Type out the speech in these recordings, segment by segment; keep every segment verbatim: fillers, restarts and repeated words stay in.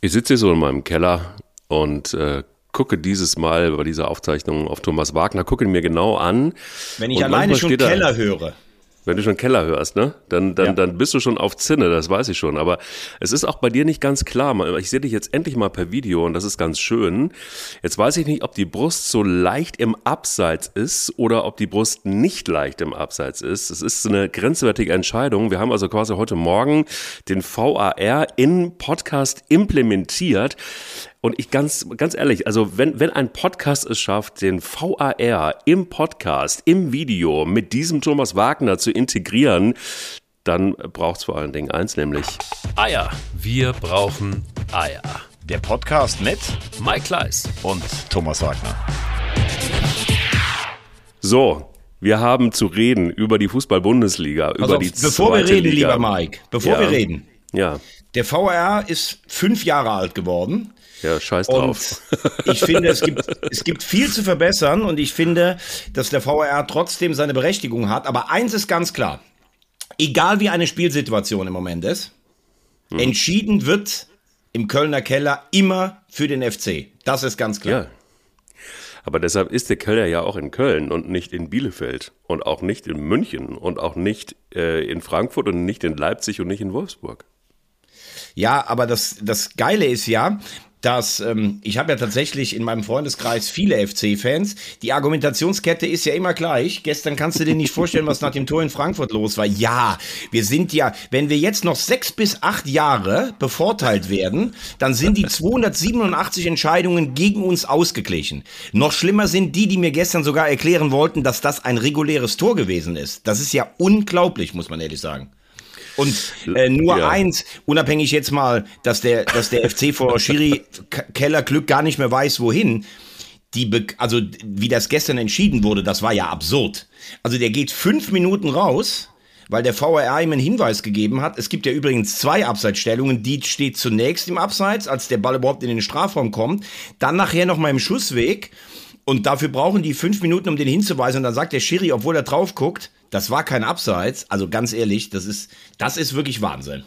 Ich sitze hier so in meinem Keller und äh, gucke dieses Mal bei dieser Aufzeichnung auf Thomas Wagner, gucke ihn mir genau an. Wenn ich alleine schon Keller höre. Wenn du schon Keller hörst, ne? Dann, dann, Ja. dann bist du schon auf Zinne, das weiß ich schon. Aber es ist auch bei dir nicht ganz klar. Ich sehe dich jetzt endlich mal per Video und das ist ganz schön. Jetzt weiß ich nicht, ob die Brust so leicht im Abseits ist oder ob die Brust nicht leicht im Abseits ist. Es ist eine grenzwertige Entscheidung. Wir haben also quasi heute Morgen den V A R in Podcast implementiert. Und ich ganz, ganz ehrlich, also wenn, wenn ein Podcast es schafft, den V A R im Podcast, im Video mit diesem Thomas Wagner zu integrieren, dann braucht es vor allen Dingen eins, nämlich Eier. Wir brauchen Eier. Der Podcast mit Mike Kleiss und Thomas Wagner. So, wir haben zu reden über die Fußball-Bundesliga, über Also, die bevor wir zweite reden, Liga. lieber Mike, bevor Ja. wir reden. Ja, Der V A R ist fünf Jahre alt geworden. ja, scheiß drauf. Und ich finde, es gibt, es gibt viel zu verbessern und ich finde, dass der V A R trotzdem seine Berechtigung hat. Aber eins ist ganz klar, egal wie eine Spielsituation im Moment ist, hm. entschieden wird im Kölner Keller immer für den F C. Das ist ganz klar. Ja. Aber deshalb ist der Keller ja auch in Köln und nicht in Bielefeld und auch nicht in München und auch nicht äh, in Frankfurt und nicht in Leipzig und nicht in Wolfsburg. Ja, aber das, das Geile ist ja, dass ähm, ich habe ja tatsächlich in meinem Freundeskreis viele F C-Fans. Die Argumentationskette ist ja immer gleich. Gestern kannst du dir nicht vorstellen, was nach dem Tor in Frankfurt los war. Ja, wir sind ja, wenn wir jetzt noch sechs bis acht Jahre bevorteilt werden, dann sind die zweihundertsiebenundachtzig Entscheidungen gegen uns ausgeglichen. Noch schlimmer sind die, die mir gestern sogar erklären wollten, dass das ein reguläres Tor gewesen ist. Das ist ja unglaublich, muss man ehrlich sagen. Und äh, nur Ja. eins, unabhängig jetzt mal, dass der, dass der F C vor Schiri Keller Glück gar nicht mehr weiß, wohin. Die, Be- also wie das gestern entschieden wurde, das war ja absurd. Also der geht fünf Minuten raus, weil der V A R ihm einen Hinweis gegeben hat. Es gibt ja übrigens zwei Abseitsstellungen. Die steht zunächst im Abseits, als der Ball überhaupt in den Strafraum kommt. Dann nachher noch mal im Schussweg. Und dafür brauchen die fünf Minuten, um den hinzuweisen. Und dann sagt der Schiri, obwohl er drauf guckt, das war kein Abseits. Also ganz ehrlich, das ist, das ist wirklich Wahnsinn.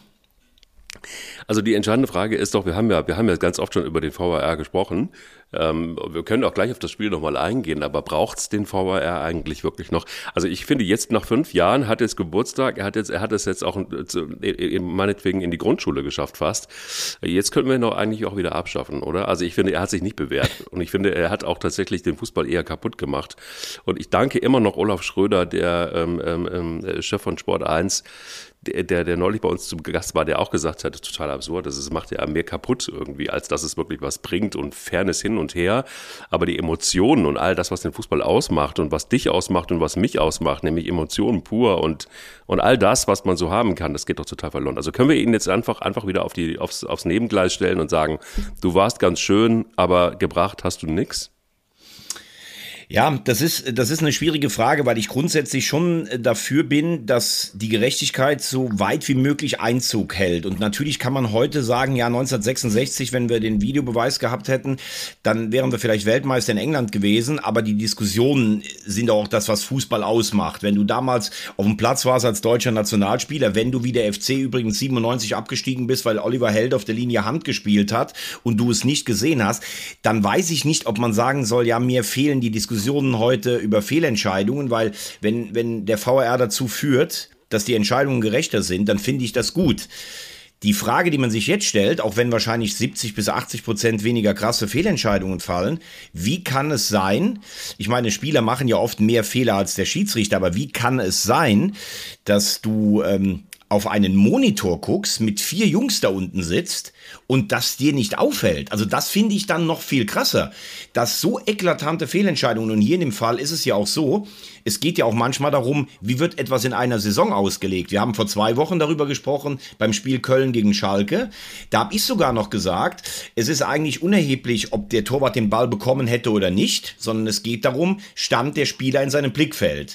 Also die entscheidende Frage ist doch, wir haben ja, wir haben ja ganz oft schon über den V A R gesprochen. Ähm, wir können auch gleich auf das Spiel nochmal eingehen, aber braucht's den V A R eigentlich wirklich noch? Also ich finde, jetzt nach fünf Jahren hat jetzt Geburtstag, er hat jetzt, er hat es jetzt auch äh, meinetwegen in die Grundschule geschafft fast. Jetzt könnten wir ihn doch eigentlich auch wieder abschaffen, oder? Also ich finde, er hat sich nicht bewährt und ich finde, er hat auch tatsächlich den Fußball eher kaputt gemacht. Und ich danke immer noch Olaf Schröder, der ähm, ähm, Chef von Sport eins, Der, der, der neulich bei uns zum Gast war, der auch gesagt hat, total absurd, das ist, macht ja mehr kaputt irgendwie, als dass es wirklich was bringt und Fairness hin und her. Aber die Emotionen und all das, was den Fußball ausmacht und was dich ausmacht und was mich ausmacht, nämlich Emotionen pur und, und all das, was man so haben kann, das geht doch total verloren. Also können wir ihn jetzt einfach, einfach wieder auf die, aufs, aufs Nebengleis stellen und sagen, du warst ganz schön, aber gebracht hast du nix? Ja, das ist, das ist eine schwierige Frage, weil ich grundsätzlich schon dafür bin, dass die Gerechtigkeit so weit wie möglich Einzug hält. Und natürlich kann man heute sagen, ja, neunzehnhundertsechsundsechzig, wenn wir den Videobeweis gehabt hätten, dann wären wir vielleicht Weltmeister in England gewesen. Aber die Diskussionen sind auch das, was Fußball ausmacht. Wenn du damals auf dem Platz warst als deutscher Nationalspieler, wenn du wie der F C übrigens siebenundneunzig abgestiegen bist, weil Oliver Held auf der Linie Hand gespielt hat und du es nicht gesehen hast, dann weiß ich nicht, ob man sagen soll, ja, mir fehlen die Diskussionen heute über Fehlentscheidungen, weil wenn, wenn der V A R dazu führt, dass die Entscheidungen gerechter sind, dann finde ich das gut. Die Frage, die man sich jetzt stellt, auch wenn wahrscheinlich siebzig bis achtzig Prozent weniger krasse Fehlentscheidungen fallen, wie kann es sein, ich meine, Spieler machen ja oft mehr Fehler als der Schiedsrichter, aber wie kann es sein, dass du ähm, auf einen Monitor guckst, mit vier Jungs da unten sitzt und das dir nicht auffällt? Also das finde ich dann noch viel krasser, dass so eklatante Fehlentscheidungen, und hier in dem Fall ist es ja auch so, es geht ja auch manchmal darum, wie wird etwas in einer Saison ausgelegt. Wir haben vor zwei Wochen darüber gesprochen, beim Spiel Köln gegen Schalke. Da habe ich sogar noch gesagt, es ist eigentlich unerheblich, ob der Torwart den Ball bekommen hätte oder nicht, sondern es geht darum, stand der Spieler in seinem Blickfeld.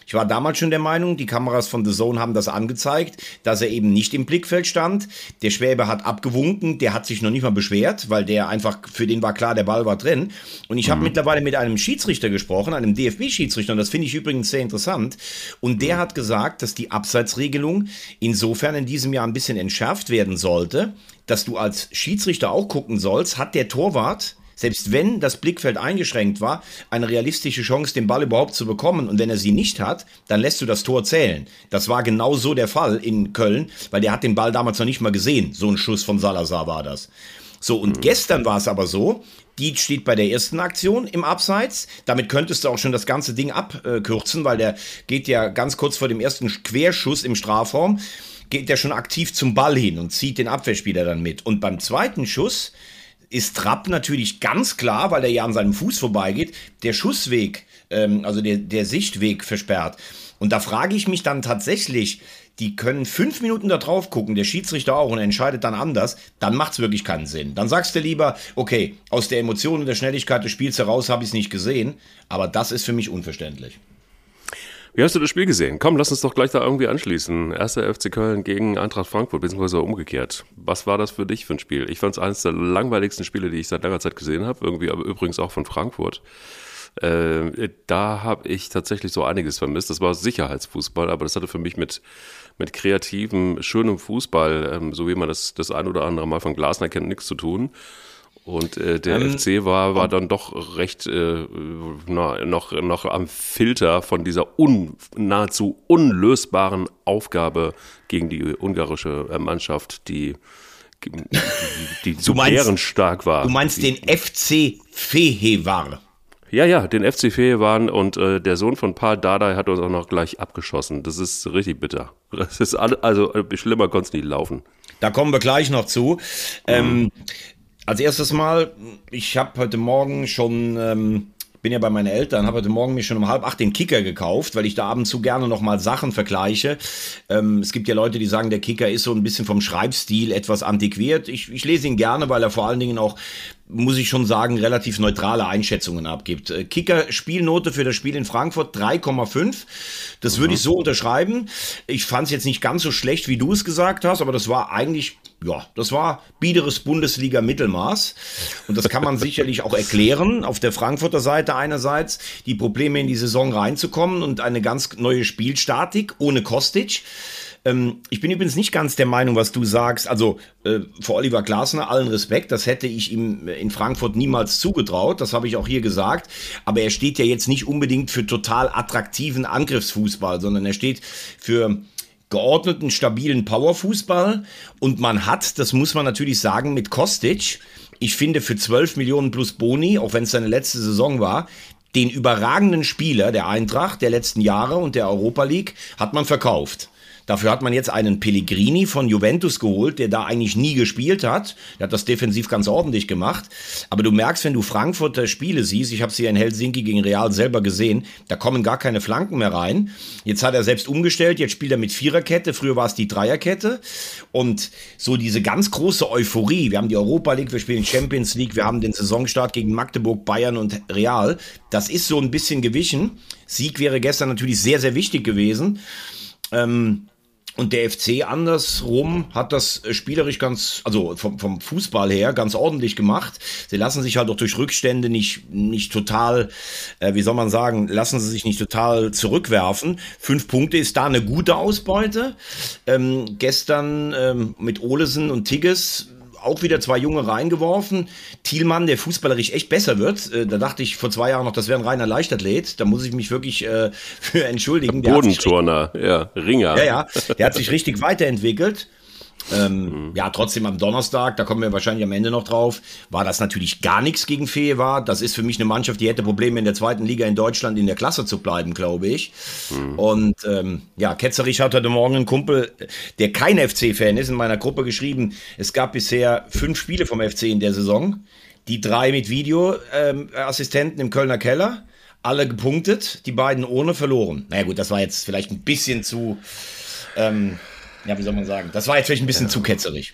Ich war damals schon der Meinung, die Kameras von The Zone haben das angezeigt, dass er eben nicht im Blickfeld stand. Der Schwäbe hat abgewunken, der hat sich noch nicht mal beschwert, weil der einfach, für den war klar, der Ball war drin. Und ich habe mhm. mittlerweile mit einem Schiedsrichter gesprochen, einem D F B-Schiedsrichter, und das finde ich übrigens sehr interessant. Und der hat gesagt, dass die Abseitsregelung insofern in diesem Jahr ein bisschen entschärft werden sollte, dass du als Schiedsrichter auch gucken sollst, hat der Torwart, selbst wenn das Blickfeld eingeschränkt war, eine realistische Chance, den Ball überhaupt zu bekommen. Und wenn er sie nicht hat, dann lässt du das Tor zählen. Das war genau so der Fall in Köln, weil der hat den Ball damals noch nicht mal gesehen. So ein Schuss von Salazar war das. So, und mhm. gestern war es aber so, die steht bei der ersten Aktion im Abseits. Damit könntest du auch schon das ganze Ding abkürzen, weil der geht ja ganz kurz vor dem ersten Querschuss im Strafraum, geht der schon aktiv zum Ball hin und zieht den Abwehrspieler dann mit. Und beim zweiten Schuss ist Trapp natürlich ganz klar, weil er ja an seinem Fuß vorbeigeht, der Schussweg, ähm, also der, der Sichtweg versperrt. Und da frage ich mich dann tatsächlich, die können fünf Minuten da drauf gucken, der Schiedsrichter auch, und er entscheidet dann anders, dann macht es wirklich keinen Sinn. Dann sagst du lieber, okay, aus der Emotion und der Schnelligkeit des Spiels heraus habe ich es nicht gesehen, aber das ist für mich unverständlich. Wie hast du das Spiel gesehen? Komm, lass uns doch gleich da irgendwie anschließen. Erster F C Köln gegen Eintracht Frankfurt, beziehungsweise umgekehrt. Was war das für dich für ein Spiel? Ich fand es eines der langweiligsten Spiele, die ich seit langer Zeit gesehen habe, irgendwie, aber übrigens auch von Frankfurt. Äh, da habe ich tatsächlich so einiges vermisst. Das war Sicherheitsfußball, aber das hatte für mich mit, mit kreativem, schönem Fußball, ähm, so wie man das das ein oder andere Mal von Glasner kennt, nichts zu tun. Und äh, der ähm, F C war, war dann doch recht äh, na, noch, noch am Filter von dieser un, nahezu unlösbaren Aufgabe gegen die ungarische Mannschaft, die, die, die so bärenstark war. Du meinst die, den F C Fehervar? Ja, ja, den F C Fehervar, und äh, der Sohn von Paul Dardai hat uns auch noch gleich abgeschossen. Das ist richtig bitter. Das ist alle, also schlimmer konnte es nicht laufen. Da kommen wir gleich noch zu. Mhm. Ähm, Als erstes Mal, ich habe heute Morgen schon, ähm, bin ja bei meinen Eltern, habe heute Morgen mir schon um halb acht den Kicker gekauft, weil ich da ab und zu gerne nochmal Sachen vergleiche. Ähm, es gibt ja Leute, die sagen, der Kicker ist so ein bisschen vom Schreibstil etwas antiquiert. Ich, ich lese ihn gerne, weil er vor allen Dingen auch, muss ich schon sagen, relativ neutrale Einschätzungen abgibt. Kicker Spielnote für das Spiel in Frankfurt drei Komma fünf. Das mhm. würde ich so unterschreiben. Ich fand es jetzt nicht ganz so schlecht, wie du es gesagt hast, aber das war eigentlich, ja, das war biederes Bundesliga-Mittelmaß. Und das kann man sicherlich auch erklären. Auf der Frankfurter Seite einerseits die Probleme in die Saison reinzukommen und eine ganz neue Spielstatik ohne Kostic. Ähm, ich bin übrigens nicht ganz der Meinung, was du sagst. Also äh, für Oliver Glasner allen Respekt, das hätte ich ihm in Frankfurt niemals zugetraut. Das habe ich auch hier gesagt. Aber er steht ja jetzt nicht unbedingt für total attraktiven Angriffsfußball, sondern er steht für geordneten, stabilen Powerfußball. Und man hat, das muss man natürlich sagen, mit Kostic, ich finde für zwölf Millionen plus Boni, auch wenn es seine letzte Saison war, den überragenden Spieler der Eintracht der letzten Jahre und der Europa League hat man verkauft. Dafür hat man jetzt einen Pellegrini von Juventus geholt, der da eigentlich nie gespielt hat. Der hat das defensiv ganz ordentlich gemacht. Aber du merkst, wenn du Frankfurter Spiele siehst, ich habe sie ja in Helsinki gegen Real selber gesehen, da kommen gar keine Flanken mehr rein. Jetzt hat er selbst umgestellt, jetzt spielt er mit Viererkette, früher war es die Dreierkette. Und so diese ganz große Euphorie, wir haben die Europa League, wir spielen Champions League, wir haben den Saisonstart gegen Magdeburg, Bayern und Real. Das ist so ein bisschen gewichen. Sieg wäre gestern natürlich sehr, sehr wichtig gewesen. Ähm, Und der F C andersrum hat das spielerisch ganz, also vom, vom Fußball her ganz ordentlich gemacht. Sie lassen sich halt auch durch Rückstände nicht, nicht total, äh, wie soll man sagen, lassen sie sich nicht total zurückwerfen. Fünf Punkte ist da eine gute Ausbeute. Ähm, gestern ähm, mit Olesen und Tigges auch wieder zwei Junge reingeworfen. Thielmann, der fußballerisch echt besser wird. Äh, da dachte ich vor zwei Jahren noch, das wäre ein reiner Leichtathlet. Da muss ich mich wirklich äh, für entschuldigen. Der Bodenturner, ja, Ringer. Ja, ja, der hat sich richtig weiterentwickelt. Ähm, mhm. Ja, trotzdem am Donnerstag, da kommen wir wahrscheinlich am Ende noch drauf, war das natürlich gar nichts gegen Fehervar. Das ist für mich eine Mannschaft, die hätte Probleme in der zweiten Liga in Deutschland in der Klasse zu bleiben, glaube ich. Mhm. Und ähm, ja, Ketzerich hat heute Morgen einen Kumpel, der kein F C-Fan ist, in meiner Gruppe geschrieben, es gab bisher fünf Spiele vom F C in der Saison, die drei mit Videoassistenten ähm, im Kölner Keller, alle gepunktet, die beiden ohne verloren. Naja gut, das war jetzt vielleicht ein bisschen zu... Ähm, Ja, wie soll man sagen? Das war jetzt vielleicht ein bisschen ja. zu ketzerig.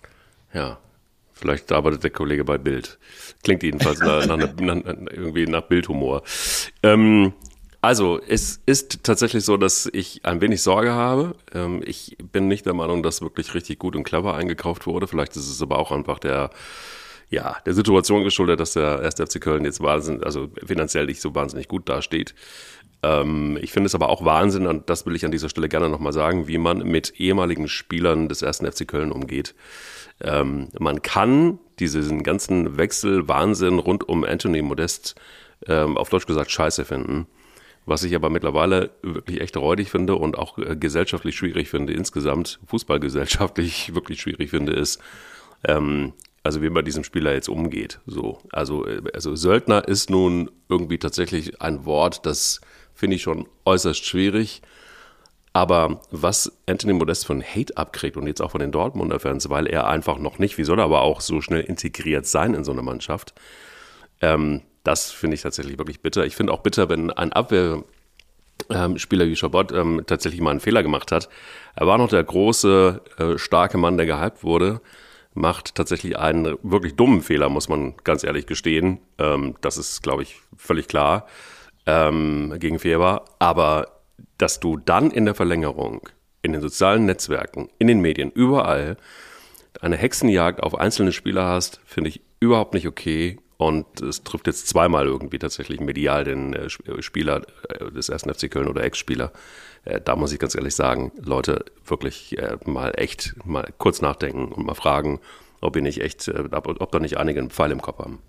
Ja, vielleicht arbeitet der Kollege bei Bild. Klingt jedenfalls nach, nach, nach, irgendwie nach Bildhumor. Ähm, Also, es ist tatsächlich so, dass ich ein wenig Sorge habe. Ähm, ich bin nicht der Meinung, dass wirklich richtig gut und clever eingekauft wurde. Vielleicht ist es aber auch einfach der, ja, der Situation geschuldet, dass der erste F C Köln jetzt wahnsinnig, also finanziell nicht so wahnsinnig gut dasteht. Ähm, ich finde es aber auch Wahnsinn, und das will ich an dieser Stelle gerne nochmal sagen, wie man mit ehemaligen Spielern des ersten F C Köln umgeht. Ähm, man kann diesen ganzen Wechsel, Wahnsinn rund um Anthony Modest, ähm, auf Deutsch gesagt, scheiße finden. Was ich aber mittlerweile wirklich echt räudig finde und auch äh, gesellschaftlich schwierig finde, insgesamt fußballgesellschaftlich wirklich schwierig finde, ist, ähm, also wie man diesem Spieler jetzt umgeht. So, also, äh, also Söldner ist nun irgendwie tatsächlich ein Wort, das finde ich schon äußerst schwierig. Aber was Anthony Modest von Hate abkriegt und jetzt auch von den Dortmunder Fans, weil er einfach noch nicht, wie soll er aber auch so schnell integriert sein in so eine Mannschaft, ähm, das finde ich tatsächlich wirklich bitter. Ich finde auch bitter, wenn ein Abwehrspieler wie Chabot ähm, tatsächlich mal einen Fehler gemacht hat. Er war noch der große, äh, starke Mann, der gehypt wurde, macht tatsächlich einen wirklich dummen Fehler, muss man ganz ehrlich gestehen. Ähm, das ist, glaube ich, völlig klar ähm, gegen Feber. Aber dass du dann in der Verlängerung, in den sozialen Netzwerken, in den Medien, überall eine Hexenjagd auf einzelne Spieler hast, finde ich überhaupt nicht okay. Und es trifft jetzt zweimal irgendwie tatsächlich medial den äh, Spieler äh, des ersten F C Köln oder Ex-Spieler. Äh, da muss ich ganz ehrlich sagen, Leute, wirklich äh, mal echt mal kurz nachdenken und mal fragen, ob ihr nicht echt, äh, ob, ob da nicht einige einen Pfeil im Kopf haben.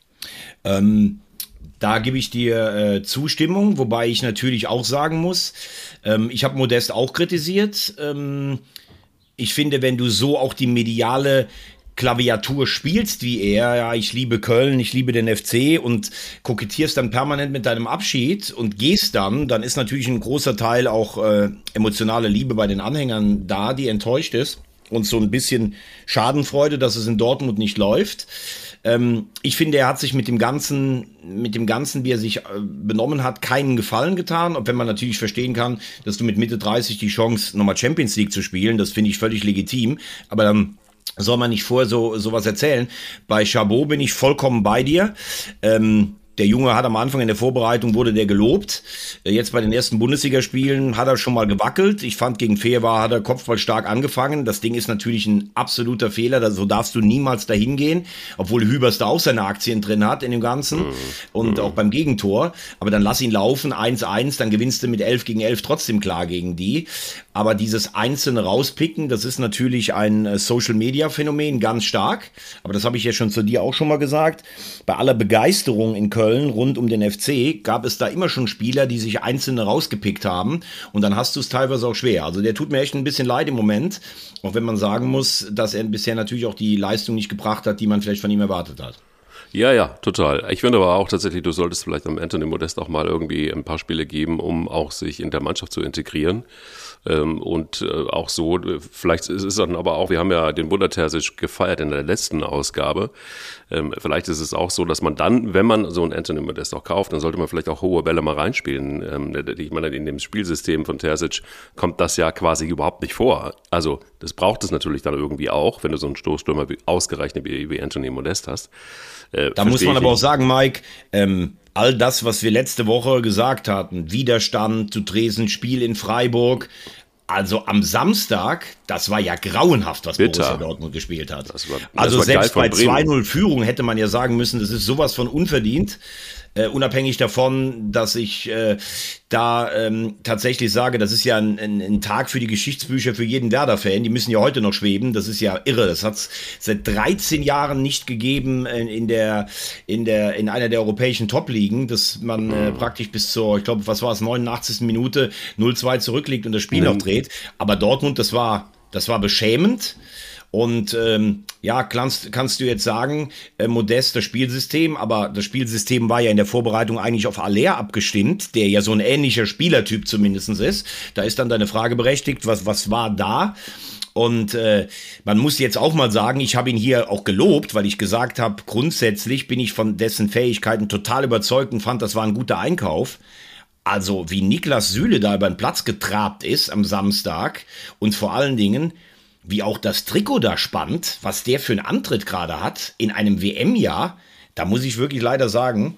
Ähm, da gebe ich dir äh, Zustimmung, wobei ich natürlich auch sagen muss, ähm, ich habe Modest auch kritisiert. Ähm, ich finde, wenn du so auch die mediale Klaviatur spielst wie er, ja, ich liebe Köln, ich liebe den F C und kokettierst dann permanent mit deinem Abschied und gehst dann, dann ist natürlich ein großer Teil auch äh, emotionale Liebe bei den Anhängern da, die enttäuscht ist und so ein bisschen Schadenfreude, dass es in Dortmund nicht läuft. Ähm, ich finde, er hat sich mit dem Ganzen, mit dem Ganzen, wie er sich äh, benommen hat, keinen Gefallen getan, auch wenn man natürlich verstehen kann, dass du mit Mitte dreißig die Chance, nochmal Champions League zu spielen, das finde ich völlig legitim, aber dann soll man nicht vorher so sowas erzählen. Bei Chabot bin ich vollkommen bei dir. Ähm, der Junge hat am Anfang in der Vorbereitung, wurde der gelobt. Jetzt bei den ersten Bundesligaspielen hat er schon mal gewackelt. Ich fand, gegen Feher hat er Kopfball stark angefangen. Das Ding ist natürlich ein absoluter Fehler. So darfst du niemals dahin gehen. Obwohl Hübers da auch seine Aktien drin hat in dem Ganzen. Mhm. Und auch beim Gegentor. Aber dann lass ihn laufen, eins eins. Dann gewinnst du mit elf gegen elf trotzdem klar gegen die. Aber dieses einzelne Rauspicken, das ist natürlich ein Social-Media-Phänomen, ganz stark. Aber das habe ich ja schon zu dir auch schon mal gesagt. Bei aller Begeisterung in Köln rund um den F C gab es da immer schon Spieler, die sich einzelne rausgepickt haben. Und dann hast du es teilweise auch schwer. Also der tut mir echt ein bisschen leid im Moment. Auch wenn man sagen muss, dass er bisher natürlich auch die Leistung nicht gebracht hat, die man vielleicht von ihm erwartet hat. Ja, ja, total. Ich finde aber auch tatsächlich, du solltest vielleicht am Anthony Modest auch mal irgendwie ein paar Spiele geben, um auch sich in der Mannschaft zu integrieren. Ähm, und äh, auch so, vielleicht ist es dann aber auch, wir haben ja den Wunder Terzic gefeiert in der letzten Ausgabe. Ähm, vielleicht ist es auch so, dass man dann, wenn man so einen Anthony Modest auch kauft, dann sollte man vielleicht auch hohe Bälle mal reinspielen. Ähm, ich meine, in dem Spielsystem von Terzic kommt das ja quasi überhaupt nicht vor. Also das braucht es natürlich dann irgendwie auch, wenn du so einen Stoßstürmer wie, ausgerechnet wie, wie Anthony Modest hast. Äh, da muss man aber auch sagen, Mike, ähm, all das, was wir letzte Woche gesagt hatten, Widerstand zu Dresden, Spiel in Freiburg, also am Samstag, das war ja grauenhaft, was Bitter. Borussia Dortmund gespielt hat. Das war, das also war selbst bei Bremen. zwei null Führung hätte man ja sagen müssen, das ist sowas von unverdient. Äh, unabhängig davon, dass ich äh, da ähm, tatsächlich sage, das ist ja ein, ein, ein Tag für die Geschichtsbücher für jeden Werder-Fan. Die müssen ja heute noch schweben. Das ist ja irre. Das hat es seit dreizehn Jahren nicht gegeben in, in der in der in einer der europäischen Top-Ligen, dass man äh, praktisch bis zur, ich glaube, was war es, neunundachtzigsten Minute null zwei zurückliegt und das Spiel noch dreht. Aber Dortmund, das war das war beschämend. Und ähm, ja, kannst, kannst du jetzt sagen, äh, Modest das Spielsystem, aber das Spielsystem war ja in der Vorbereitung eigentlich auf Aller abgestimmt, der ja so ein ähnlicher Spielertyp zumindest ist. Da ist dann deine Frage berechtigt, was, was war da? Und äh, man muss jetzt auch mal sagen, ich habe ihn hier auch gelobt, weil ich gesagt habe, grundsätzlich bin ich von dessen Fähigkeiten total überzeugt und fand, das war ein guter Einkauf. Also wie Niklas Süle da über den Platz getrabt ist am Samstag und vor allen Dingen, wie auch das Trikot da spannt, was der für einen Antritt gerade hat in einem W M-Jahr, da muss ich wirklich leider sagen,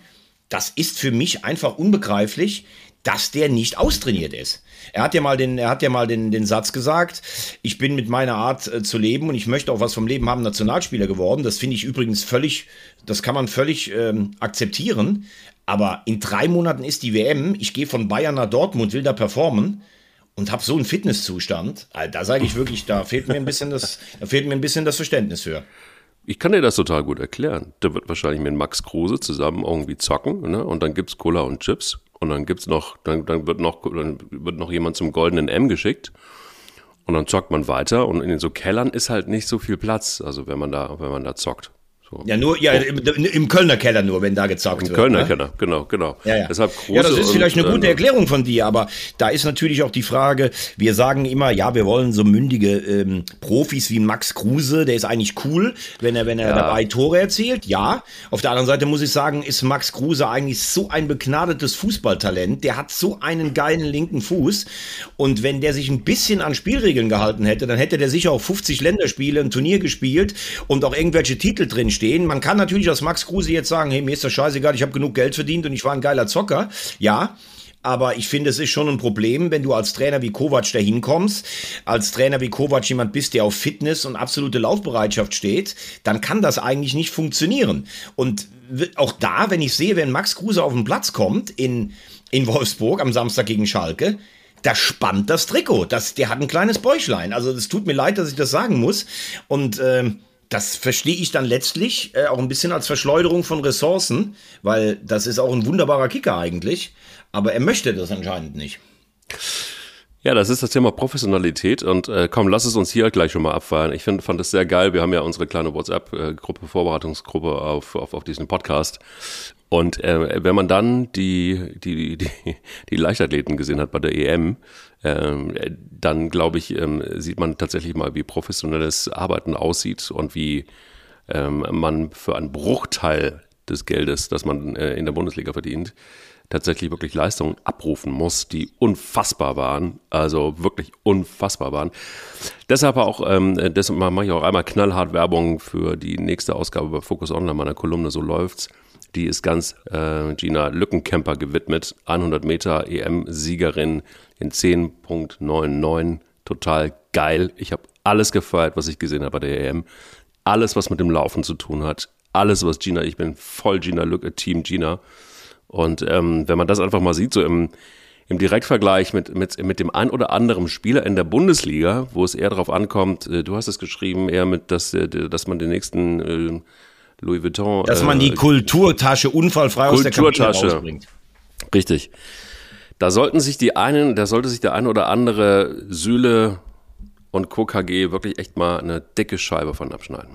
das ist für mich einfach unbegreiflich, dass der nicht austrainiert ist. Er hat ja mal den, er hat ja mal den, den Satz gesagt, ich bin mit meiner Art äh, zu leben und ich möchte auch was vom Leben haben, Nationalspieler geworden. Das finde ich übrigens völlig, das kann man völlig ähm, akzeptieren. Aber in drei Monaten ist die W M, ich gehe von Bayern nach Dortmund, will da performen und habe so einen Fitnesszustand. Also da sage ich wirklich, da fehlt mir ein bisschen das, da fehlt mir ein bisschen das Verständnis für. Ich kann dir das total gut erklären. Der wird wahrscheinlich mit Max Kruse zusammen irgendwie zocken, ne? Und dann gibt's Cola und Chips. Und dann gibt's noch, dann, dann wird noch, dann wird noch jemand zum goldenen M geschickt. Und dann zockt man weiter. Und in so Kellern ist halt nicht so viel Platz, also wenn man da, wenn man da zockt. So. Ja, nur, ja, im, im Kölner Keller nur, wenn da gezockt Im wird. Im Kölner ne? Keller, genau, genau. Ja, ja. Deshalb Kruse ja, das ist vielleicht und, eine gute äh, Erklärung von dir, aber da ist natürlich auch die Frage, wir sagen immer, ja, wir wollen so mündige ähm, Profis wie Max Kruse, der ist eigentlich cool, wenn er, wenn er Ja. dabei Tore erzielt, ja. Auf der anderen Seite muss ich sagen, ist Max Kruse eigentlich so ein begnadetes Fußballtalent, der hat so einen geilen linken Fuß und wenn der sich ein bisschen an Spielregeln gehalten hätte, dann hätte der sicher auch fünfzig Länderspiele, ein Turnier gespielt und auch irgendwelche Titel drin stehen. Man kann natürlich aus Max Kruse jetzt sagen, hey, mir ist das scheißegal, ich habe genug Geld verdient und ich war ein geiler Zocker. Ja, aber ich finde, es ist schon ein Problem, wenn du als Trainer wie Kovac da hinkommst, als Trainer wie Kovac jemand bist, der auf Fitness und absolute Laufbereitschaft steht, dann kann das eigentlich nicht funktionieren. Und auch da, wenn ich sehe, wenn Max Kruse auf den Platz kommt in, in Wolfsburg am Samstag gegen Schalke, da spannt das Trikot. Das, der hat ein kleines Bäuchlein. Also es tut mir leid, dass ich das sagen muss. Und ähm, das verstehe ich dann letztlich äh, auch ein bisschen als Verschleuderung von Ressourcen, weil das ist auch ein wunderbarer Kicker eigentlich, aber er möchte das anscheinend nicht. Ja, das ist das Thema Professionalität und äh, komm, lass es uns hier gleich schon mal abfeiern. Ich find, fand das sehr geil. Wir haben ja unsere kleine WhatsApp-Gruppe, Vorbereitungsgruppe auf, auf, auf diesen Podcast. Und äh, wenn man dann die, die, die, die Leichtathleten gesehen hat bei der E M, ähm, dann glaube ich, ähm, sieht man tatsächlich mal, wie professionelles Arbeiten aussieht und wie ähm, man für einen Bruchteil des Geldes, das man äh, in der Bundesliga verdient, tatsächlich wirklich Leistungen abrufen muss, die unfassbar waren, also wirklich unfassbar waren. Deshalb auch, ähm, deshalb mache ich auch einmal knallhart Werbung für die nächste Ausgabe bei Focus Online, meiner Kolumne So läuft's. Die ist ganz äh, Gina Lückenkämper gewidmet, hundert Meter E M-Siegerin in zehn Komma neunundneunzig, total geil. Ich habe alles gefeiert, was ich gesehen habe bei der E M, alles, was mit dem Laufen zu tun hat, alles, was Gina, ich bin voll Gina Lücke, Team Gina. Und ähm, wenn man das einfach mal sieht, so im, im Direktvergleich mit, mit, mit dem ein oder anderen Spieler in der Bundesliga, wo es eher darauf ankommt, äh, du hast es geschrieben, eher mit, dass, äh, dass man den nächsten äh, Louis Vuitton... Dass man die äh, Kulturtasche unfallfrei aus der Kabine rausbringt. Richtig. Da sollten sich die einen, da sollte sich der eine oder andere Süle und Co. K G wirklich echt mal eine dicke Scheibe von abschneiden.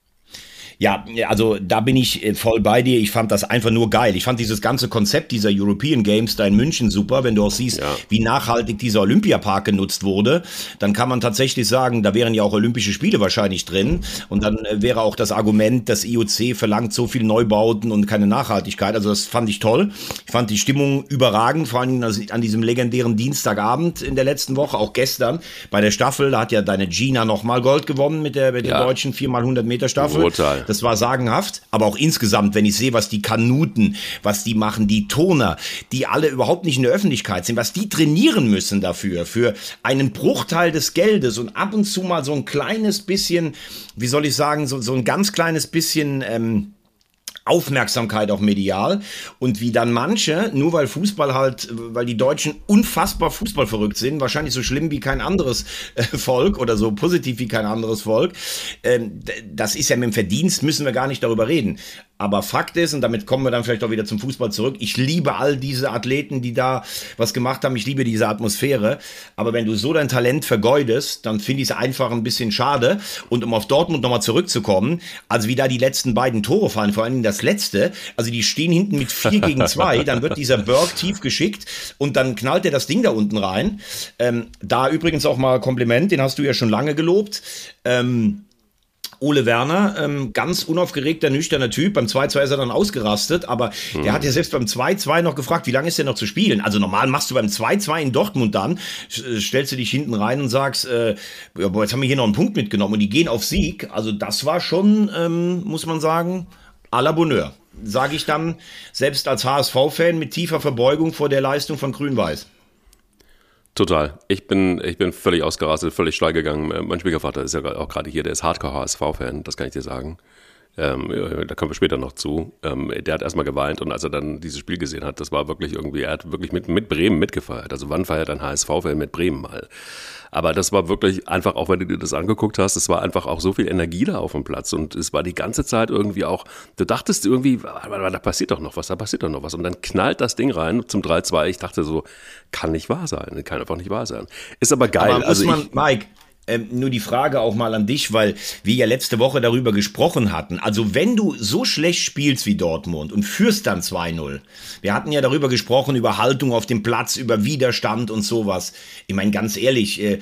Ja, also da bin ich voll bei dir. Ich fand das einfach nur geil. Ich fand dieses ganze Konzept dieser European Games da in München super. Wenn du auch siehst, ja. wie nachhaltig dieser Olympiapark genutzt wurde, dann kann man tatsächlich sagen, da wären ja auch Olympische Spiele wahrscheinlich drin. Und dann wäre auch das Argument, das I O C verlangt so viel Neubauten und keine Nachhaltigkeit. Also das fand ich toll. Ich fand die Stimmung überragend, vor allem an diesem legendären Dienstagabend in der letzten Woche, auch gestern bei der Staffel. Da hat ja deine Gina nochmal Gold gewonnen mit der, mit der ja. deutschen vier mal hundert Meter Staffel. Total. Das war sagenhaft, aber auch insgesamt, wenn ich sehe, was die Kanuten, was die machen, die Turner, die alle überhaupt nicht in der Öffentlichkeit sind, was die trainieren müssen dafür, für einen Bruchteil des Geldes und ab und zu mal so ein kleines bisschen, wie soll ich sagen, so, so ein ganz kleines bisschen ähm, Aufmerksamkeit auch medial und wie dann manche, nur weil Fußball halt, weil die Deutschen unfassbar fußballverrückt sind, wahrscheinlich so schlimm wie kein anderes äh, Volk oder so positiv wie kein anderes Volk, ähm, das ist ja mit dem Verdienst, müssen wir gar nicht darüber reden. Aber Fakt ist, und damit kommen wir dann vielleicht auch wieder zum Fußball zurück, ich liebe all diese Athleten, die da was gemacht haben, ich liebe diese Atmosphäre, aber wenn du so dein Talent vergeudest, dann finde ich es einfach ein bisschen schade. Und um auf Dortmund nochmal zurückzukommen, also wie da die letzten beiden Tore fallen, vor allem das letzte, also die stehen hinten mit vier gegen zwei, dann wird dieser Berg tief geschickt und dann knallt er das Ding da unten rein. Ähm, da übrigens auch mal Kompliment, den hast du ja schon lange gelobt. Ähm, Ole Werner, ähm, ganz unaufgeregter, nüchterner Typ. Beim zwei zwei ist er dann ausgerastet, aber mhm. der hat ja selbst beim zwei zwei noch gefragt, wie lange ist der noch zu spielen? Also normal machst du beim zwei zwei in Dortmund dann, stellst du dich hinten rein und sagst, äh, ja, boah, jetzt haben wir hier noch einen Punkt mitgenommen und die gehen auf Sieg. Also das war schon, ähm, muss man sagen, à la Bonheur. sage ich dann, selbst als H S V-Fan mit tiefer Verbeugung vor der Leistung von Grün-Weiß. Total. Ich bin, ich bin völlig ausgerastet, völlig steil gegangen. Mein Schwiegervater ist ja auch gerade hier, der ist Hardcore-H S V-Fan, das kann ich dir sagen. Ähm, da kommen wir später noch zu. Ähm, der hat erstmal geweint und als er dann dieses Spiel gesehen hat, das war wirklich irgendwie, er hat wirklich mit, mit Bremen mitgefeiert. Also wann feiert ein H S V-Fan mit Bremen mal? Aber das war wirklich einfach, auch wenn du dir das angeguckt hast, es war einfach auch so viel Energie da auf dem Platz und es war die ganze Zeit irgendwie auch, du dachtest irgendwie, da passiert doch noch was, da passiert doch noch was und dann knallt das Ding rein zum drei zwei. Ich dachte so, kann nicht wahr sein, kann einfach nicht wahr sein. Ist aber geil. Aber muss also man, ich, Mike, Ähm, nur die Frage auch mal an dich, weil wir ja letzte Woche darüber gesprochen hatten. Also wenn du so schlecht spielst wie Dortmund und führst dann zwei null, wir hatten ja darüber gesprochen, über Haltung auf dem Platz, über Widerstand und sowas. Ich meine, ganz ehrlich, äh,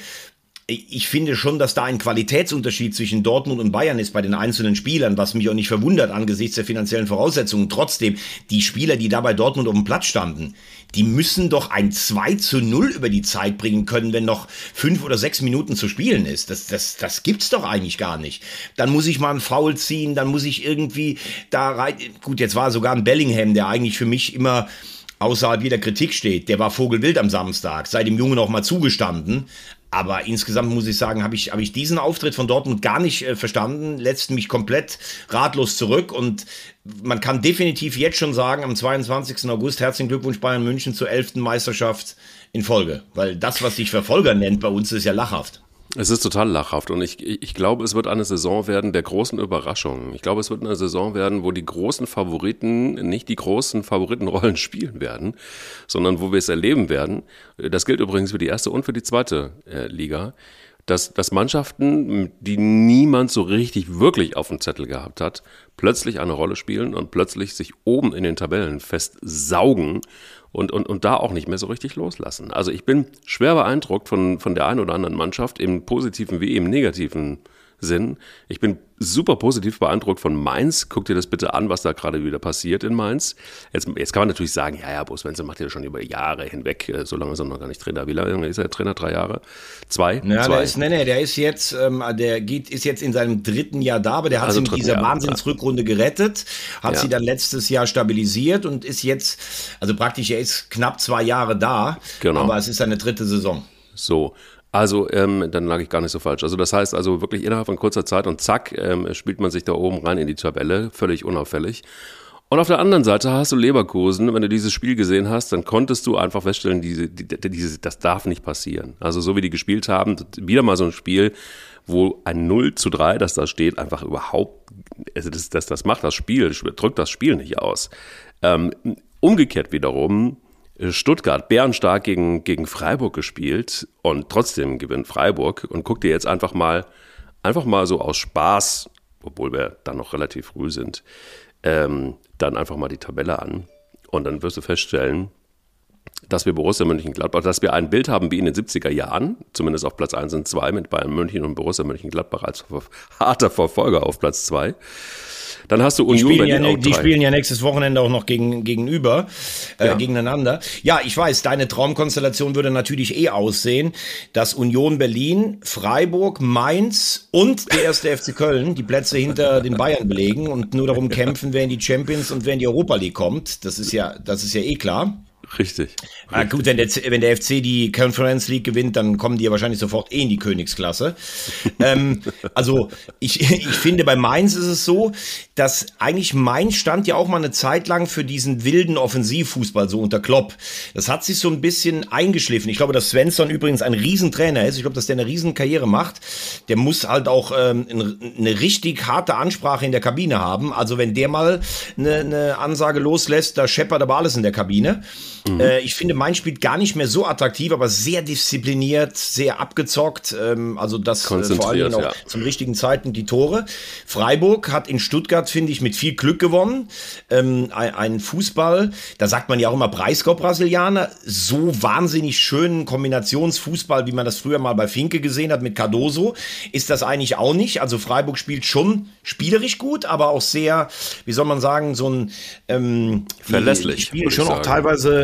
ich finde schon, dass da ein Qualitätsunterschied zwischen Dortmund und Bayern ist bei den einzelnen Spielern, was mich auch nicht verwundert angesichts der finanziellen Voraussetzungen. Trotzdem, die Spieler, die da bei Dortmund auf dem Platz standen, die müssen doch ein zwei zu null über die Zeit bringen können, wenn noch fünf oder sechs Minuten zu spielen ist. Das, das, das gibt's doch eigentlich gar nicht. Dann muss ich mal einen Foul ziehen, dann muss ich irgendwie da rein. Gut, jetzt war sogar ein Bellingham, der eigentlich für mich immer außerhalb jeder Kritik steht. Der war vogelwild am Samstag, sei dem Jungen auch mal zugestanden. Aber insgesamt muss ich sagen, habe ich, hab ich diesen Auftritt von Dortmund gar nicht äh, verstanden, lässt mich komplett ratlos zurück und man kann definitiv jetzt schon sagen, am zweiundzwanzigsten August herzlichen Glückwunsch Bayern München zur elften Meisterschaft in Folge. Weil das, was sich Verfolger nennt bei uns, ist ja lachhaft. Es ist total lachhaft und ich, ich glaube, es wird eine Saison werden der großen Überraschungen. Ich glaube, es wird eine Saison werden, wo die großen Favoriten nicht die großen Favoritenrollen spielen werden, sondern wo wir es erleben werden. Das gilt übrigens für die erste und für die zweite äh, Liga, dass, dass Mannschaften, die niemand so richtig wirklich auf dem Zettel gehabt hat, plötzlich eine Rolle spielen und plötzlich sich oben in den Tabellen festsaugen und, und, und da auch nicht mehr so richtig loslassen. Also ich bin schwer beeindruckt von, von der einen oder anderen Mannschaft im positiven wie im negativen Sinn. Ich bin super positiv beeindruckt von Mainz. Guck dir das bitte an, was da gerade wieder passiert in Mainz. Jetzt, jetzt kann man natürlich sagen, ja, ja, Bo Svensson macht ja schon über Jahre hinweg, so lange ist er noch gar nicht Trainer. Wie lange ist er Trainer? Drei Jahre? Zwei? Ja, Zwei. Der ist, nee, nee, der ist jetzt, ähm, der geht, ist jetzt in seinem dritten Jahr da, aber der hat Also sie mit dritten dieser Jahr, Wahnsinnsrückrunde gerettet, hat Ja. sie dann letztes Jahr stabilisiert und ist jetzt, also praktisch, er ist knapp zwei Jahre da, Genau. aber es ist seine dritte Saison. So, also ähm, dann lag ich gar nicht so falsch. Also das heißt also wirklich innerhalb von kurzer Zeit und zack, ähm, spielt man sich da oben rein in die Tabelle, völlig unauffällig. Und auf der anderen Seite hast du Leverkusen, wenn du dieses Spiel gesehen hast, dann konntest du einfach feststellen, diese, die, diese, das darf nicht passieren. Also so wie die gespielt haben, wieder mal so ein Spiel, wo ein null zu drei, das da steht, einfach überhaupt, also das, das, das macht das Spiel, drückt das Spiel nicht aus. Ähm, umgekehrt wiederum, Stuttgart, bärenstark gegen, gegen Freiburg gespielt und trotzdem gewinnt Freiburg und guck dir jetzt einfach mal, einfach mal so aus Spaß, obwohl wir dann noch relativ früh sind, ähm, dann einfach mal die Tabelle an und dann wirst du feststellen, dass wir Borussia Mönchengladbach, dass wir ein Bild haben wie in den siebziger Jahren, zumindest auf Platz eins und zwei mit Bayern München und Borussia Mönchengladbach als harter Verfolger auf Platz zwei. Dann hast du Union Die spielen, Berlin ja, auch die drei. spielen ja nächstes Wochenende auch noch gegen, gegenüber, äh, Ja. gegeneinander. Ja, ich weiß, deine Traumkonstellation würde natürlich eh aussehen, dass Union Berlin, Freiburg, Mainz und der erste F C Köln die Plätze hinter den Bayern belegen und nur darum kämpfen, wer in die Champions und wer in die Europa League kommt. Das ist ja, das ist ja eh klar. Richtig. Ah, gut, wenn der, wenn der F C die Conference League gewinnt, dann kommen die ja wahrscheinlich sofort eh in die Königsklasse. ähm, also ich, ich finde, bei Mainz ist es so, dass eigentlich Mainz stand ja auch mal eine Zeit lang für diesen wilden Offensivfußball, so unter Klopp. Das hat sich so ein bisschen eingeschliffen. Ich glaube, dass Svensson übrigens ein Riesentrainer ist. Ich glaube, dass der eine Riesenkarriere macht. Der muss halt auch ähm, eine richtig harte Ansprache in der Kabine haben. Also wenn der mal eine, eine Ansage loslässt, da scheppert aber alles in der Kabine. Mhm. Äh, ich finde, Mainz spielt gar nicht mehr so attraktiv, aber sehr diszipliniert, sehr abgezockt. Ähm, also das äh, vor allen Dingen auch ja. zum richtigen Zeitpunkt die Tore. Freiburg hat in Stuttgart, finde ich, mit viel Glück gewonnen. Ähm, ein, ein Fußball, da sagt man ja auch immer Breisgau-Brasilianer, so wahnsinnig schönen Kombinationsfußball, wie man das früher mal bei Finke gesehen hat mit Cardoso, ist das eigentlich auch nicht. Also Freiburg spielt schon spielerisch gut, aber auch sehr, wie soll man sagen, so ein ähm, verlässlich. Die spielen schon auch teilweise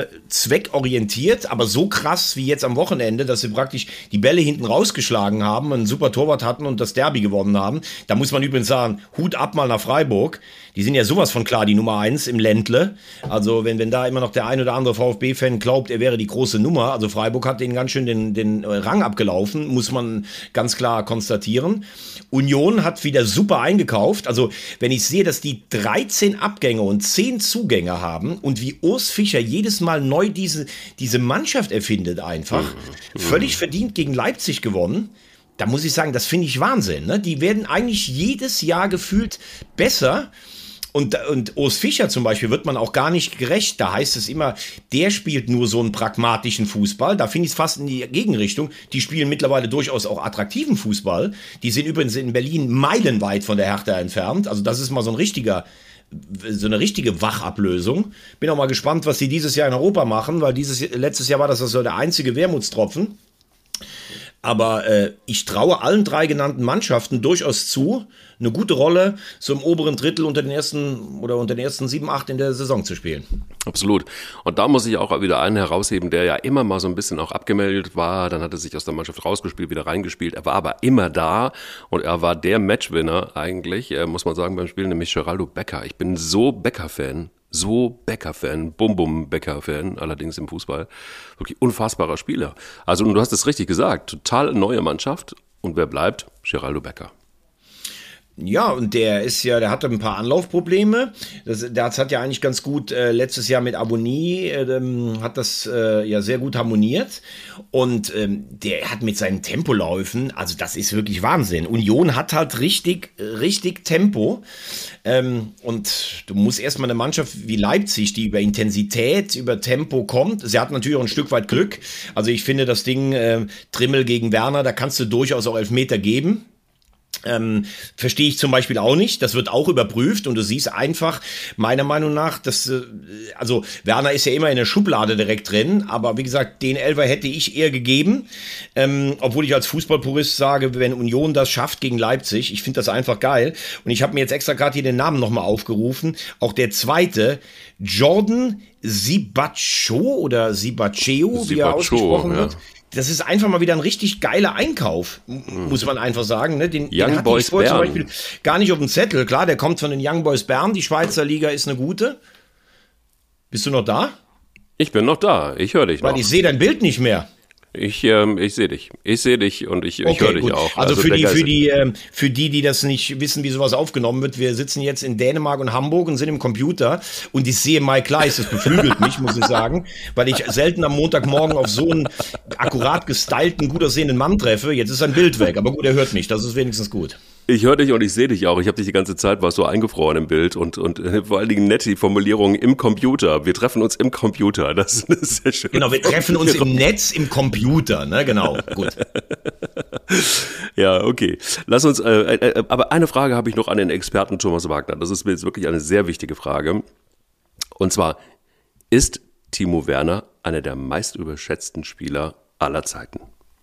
zweckorientiert, aber so krass wie jetzt am Wochenende, dass sie praktisch die Bälle hinten rausgeschlagen haben, einen super Torwart hatten und das Derby gewonnen haben. Da muss man übrigens sagen, Hut ab mal nach Freiburg. Die sind ja sowas von klar die Nummer eins im Ländle. Also wenn, wenn da immer noch der ein oder andere VfB-Fan glaubt, er wäre die große Nummer, also Freiburg hat denen ganz schön den, den Rang abgelaufen, muss man ganz klar konstatieren. Union hat wieder super eingekauft. Also wenn ich sehe, dass die dreizehn Abgänge und zehn Zugänge haben und wie Urs Fischer jedes Mal neu diese, diese Mannschaft erfindet einfach, völlig verdient gegen Leipzig gewonnen. Da muss ich sagen, das finde ich Wahnsinn. Ne? Die werden eigentlich jedes Jahr gefühlt besser. Und, und Urs Fischer zum Beispiel wird man auch gar nicht gerecht. Da heißt es immer, der spielt nur so einen pragmatischen Fußball. Da finde ich es fast in die Gegenrichtung. Die spielen mittlerweile durchaus auch attraktiven Fußball. Die sind übrigens in Berlin meilenweit von der Hertha entfernt. Also das ist mal so ein richtiger, so eine richtige Wachablösung. Bin auch mal gespannt, was sie dieses Jahr in Europa machen, weil dieses letztes Jahr war das so der einzige Wermutstropfen. Aber äh, ich traue allen drei genannten Mannschaften durchaus zu, eine gute Rolle so im oberen Drittel unter den ersten oder unter den ersten sieben, acht in der Saison zu spielen. Absolut. Und da muss ich auch wieder einen herausheben, der ja immer mal so ein bisschen auch abgemeldet war. Dann hat er sich aus der Mannschaft rausgespielt, wieder reingespielt. Er war aber immer da und er war der Matchwinner eigentlich, äh, muss man sagen, beim Spiel, nämlich Geraldo Becker. Ich bin so Becker-Fan. So Becker-Fan, Bum-Bum-Becker-Fan, allerdings im Fußball. Wirklich unfassbarer Spieler. Also, und du hast es richtig gesagt, total neue Mannschaft. Und wer bleibt? Geraldo Becker. Ja, und der ist ja, der hatte ein paar Anlaufprobleme. Das, das hat ja eigentlich ganz gut äh, letztes Jahr mit Abonnie, äh, hat das äh, ja sehr gut harmoniert. Und ähm, der hat mit seinen Tempoläufen, also das ist wirklich Wahnsinn. Union hat halt richtig, richtig Tempo. Ähm, und du musst erstmal eine Mannschaft wie Leipzig, die über Intensität, über Tempo kommt. Sie hat natürlich auch ein Stück weit Glück. Also ich finde das Ding äh, Trimmel gegen Werner, da kannst du durchaus auch Elfmeter geben. Ähm, verstehe ich zum Beispiel auch nicht. Das wird auch überprüft und du siehst einfach, meiner Meinung nach, dass, äh, also Werner ist ja immer in der Schublade direkt drin, aber wie gesagt, den Elfer hätte ich eher gegeben, ähm, obwohl ich als Fußballpurist sage, wenn Union das schafft gegen Leipzig, ich finde das einfach geil und ich habe mir jetzt extra gerade hier den Namen nochmal aufgerufen, auch der zweite, Jordan Sibachau oder Sibacheu, wie er ausgesprochen wird. Ja. Das ist einfach mal wieder ein richtig geiler Einkauf, muss man einfach sagen. Ne? Den, Young den Boys Bern. Zum Beispiel gar nicht auf dem Zettel. Klar, der kommt von den Young Boys Bern. Die Schweizer Liga ist eine gute. Bist du noch da? Ich bin noch da. Ich höre dich noch. Weil ich sehe dein Bild nicht mehr. Ich, ähm, ich sehe dich. Ich sehe dich und ich, okay, ich höre dich gut. auch. Also, also für, die, für, die, ähm, für die, die das nicht wissen, wie sowas aufgenommen wird, wir sitzen jetzt in Dänemark und Hamburg und sind im Computer und ich sehe Mike Kleiss, das beflügelt mich, muss ich sagen, weil ich selten am Montagmorgen auf so einen akkurat gestylten, gut aussehenden Mann treffe. Jetzt ist sein Bild weg, aber gut, er hört mich, das ist wenigstens gut. Ich höre dich und ich sehe dich auch. Ich habe dich die ganze Zeit, warst so eingefroren im Bild und, und äh, vor allen Dingen nett die Formulierung im Computer. Wir treffen uns im Computer. Das ist sehr schön. Genau, wir treffen uns im Netz, im Computer, ne? Genau, gut. Ja, okay. Lass uns, äh, äh, aber eine Frage habe ich noch an den Experten Thomas Wagner. Das ist mir jetzt wirklich eine sehr wichtige Frage. Und zwar, ist Timo Werner einer der meist überschätzten Spieler aller Zeiten?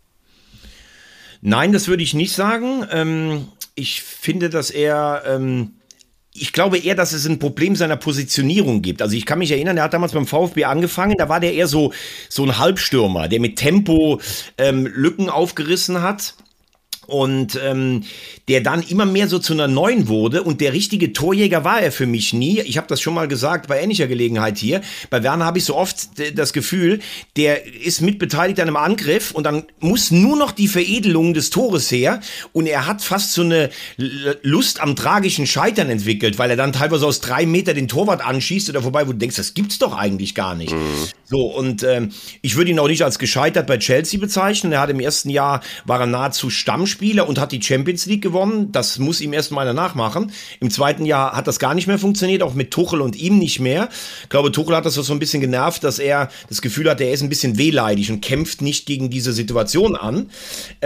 Nein, das würde ich nicht sagen. Ähm, ich finde, dass er, ähm, ich glaube eher, dass es ein Problem seiner Positionierung gibt. Also ich kann mich erinnern, er hat damals beim VfB angefangen, da war der eher so, so ein Halbstürmer, der mit Tempo ähm, Lücken aufgerissen hat. Und ähm, der dann immer mehr so zu einer Neun wurde und der richtige Torjäger war er für mich nie. Ich habe das schon mal gesagt bei ähnlicher Gelegenheit hier. Bei Werner habe ich so oft d- das Gefühl, der ist mitbeteiligt an einem Angriff und dann muss nur noch die Veredelung des Tores her und er hat fast so eine L- Lust am tragischen Scheitern entwickelt, weil er dann teilweise aus drei Meter den Torwart anschießt oder vorbei, wo du denkst, das gibt's doch eigentlich gar nicht. Mhm. So, und ähm, ich würde ihn auch nicht als gescheitert bei Chelsea bezeichnen. Er hat im ersten Jahr, war er nahezu Stammspieler und hat die Champions League gewonnen. Das muss ihm erst mal danach machen. Im zweiten Jahr hat das gar nicht mehr funktioniert, auch mit Tuchel und ihm nicht mehr. Ich glaube, Tuchel hat das so ein bisschen genervt, dass er das Gefühl hat, er ist ein bisschen wehleidig und kämpft nicht gegen diese Situation an. Ähm,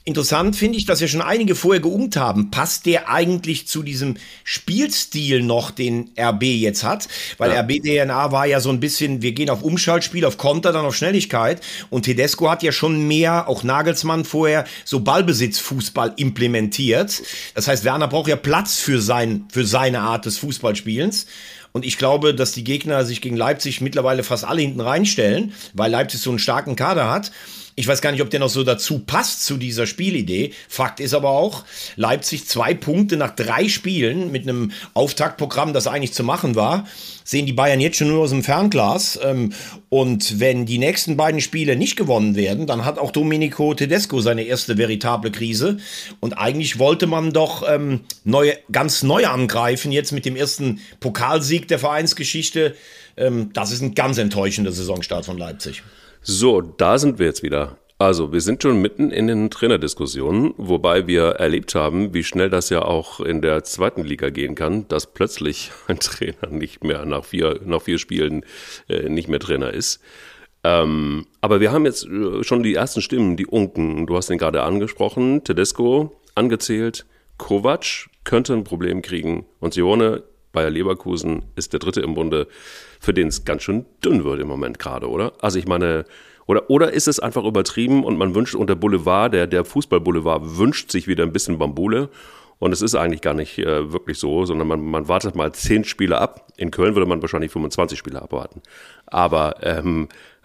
Interessant finde ich, dass ja schon einige vorher geungt haben. Passt der eigentlich zu diesem Spielstil noch, den R B jetzt hat? Weil ja. R B-D N A war ja so ein bisschen, wir gehen auf Umschaltspiel, auf Konter, dann auf Schnelligkeit. Und Tedesco hat ja schon mehr, auch Nagelsmann vorher, so Ballbesitzfußball implementiert. Das heißt, Werner braucht ja Platz für, sein, für seine Art des Fußballspielens. Und ich glaube, dass die Gegner sich gegen Leipzig mittlerweile fast alle hinten reinstellen, weil Leipzig so einen starken Kader hat. Ich weiß gar nicht, ob der noch so dazu passt zu dieser Spielidee. Fakt ist aber auch, Leipzig zwei Punkte nach drei Spielen mit einem Auftaktprogramm, das eigentlich zu machen war, sehen die Bayern jetzt schon nur aus dem Fernglas. Und wenn die nächsten beiden Spiele nicht gewonnen werden, dann hat auch Domenico Tedesco seine erste veritable Krise. Und eigentlich wollte man doch ähm, neue, ganz neu angreifen, jetzt mit dem ersten Pokalsieg der Vereinsgeschichte. Ähm, das ist ein ganz enttäuschender Saisonstart von Leipzig. So, da sind wir jetzt wieder. Also, wir sind schon mitten in den Trainerdiskussionen, wobei wir erlebt haben, wie schnell das ja auch in der zweiten Liga gehen kann, dass plötzlich ein Trainer nicht mehr nach vier, nach vier Spielen äh, nicht mehr Trainer ist. Ähm, aber wir haben jetzt schon die ersten Stimmen, die unken. Du hast ihn gerade angesprochen, Tedesco angezählt, Kovac könnte ein Problem kriegen und Sione, Bayer Leverkusen, ist der dritte im Bunde, für den es ganz schön dünn wird im Moment gerade, oder? Also ich meine, oder, oder ist es einfach übertrieben und man wünscht, und der Boulevard, der, der Fußball-Boulevard wünscht sich wieder ein bisschen Bambule und es ist eigentlich gar nicht äh, wirklich so, sondern man, man wartet mal zehn Spiele ab. In Köln würde man wahrscheinlich fünfundzwanzig Spiele abwarten. Aber, ähm,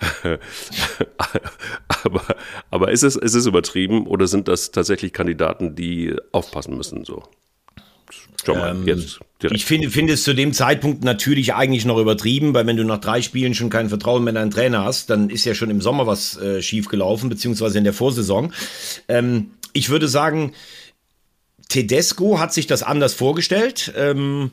aber, aber ist es, ist es übertrieben oder sind das tatsächlich Kandidaten, die aufpassen müssen, so? Ähm, jetzt ich finde, finde es zu dem Zeitpunkt natürlich eigentlich noch übertrieben, weil wenn du nach drei Spielen schon kein Vertrauen mehr in deinen Trainer hast, dann ist ja schon im Sommer was äh, schief gelaufen, beziehungsweise in der Vorsaison. Ähm, ich würde sagen, Tedesco hat sich das anders vorgestellt. Ähm,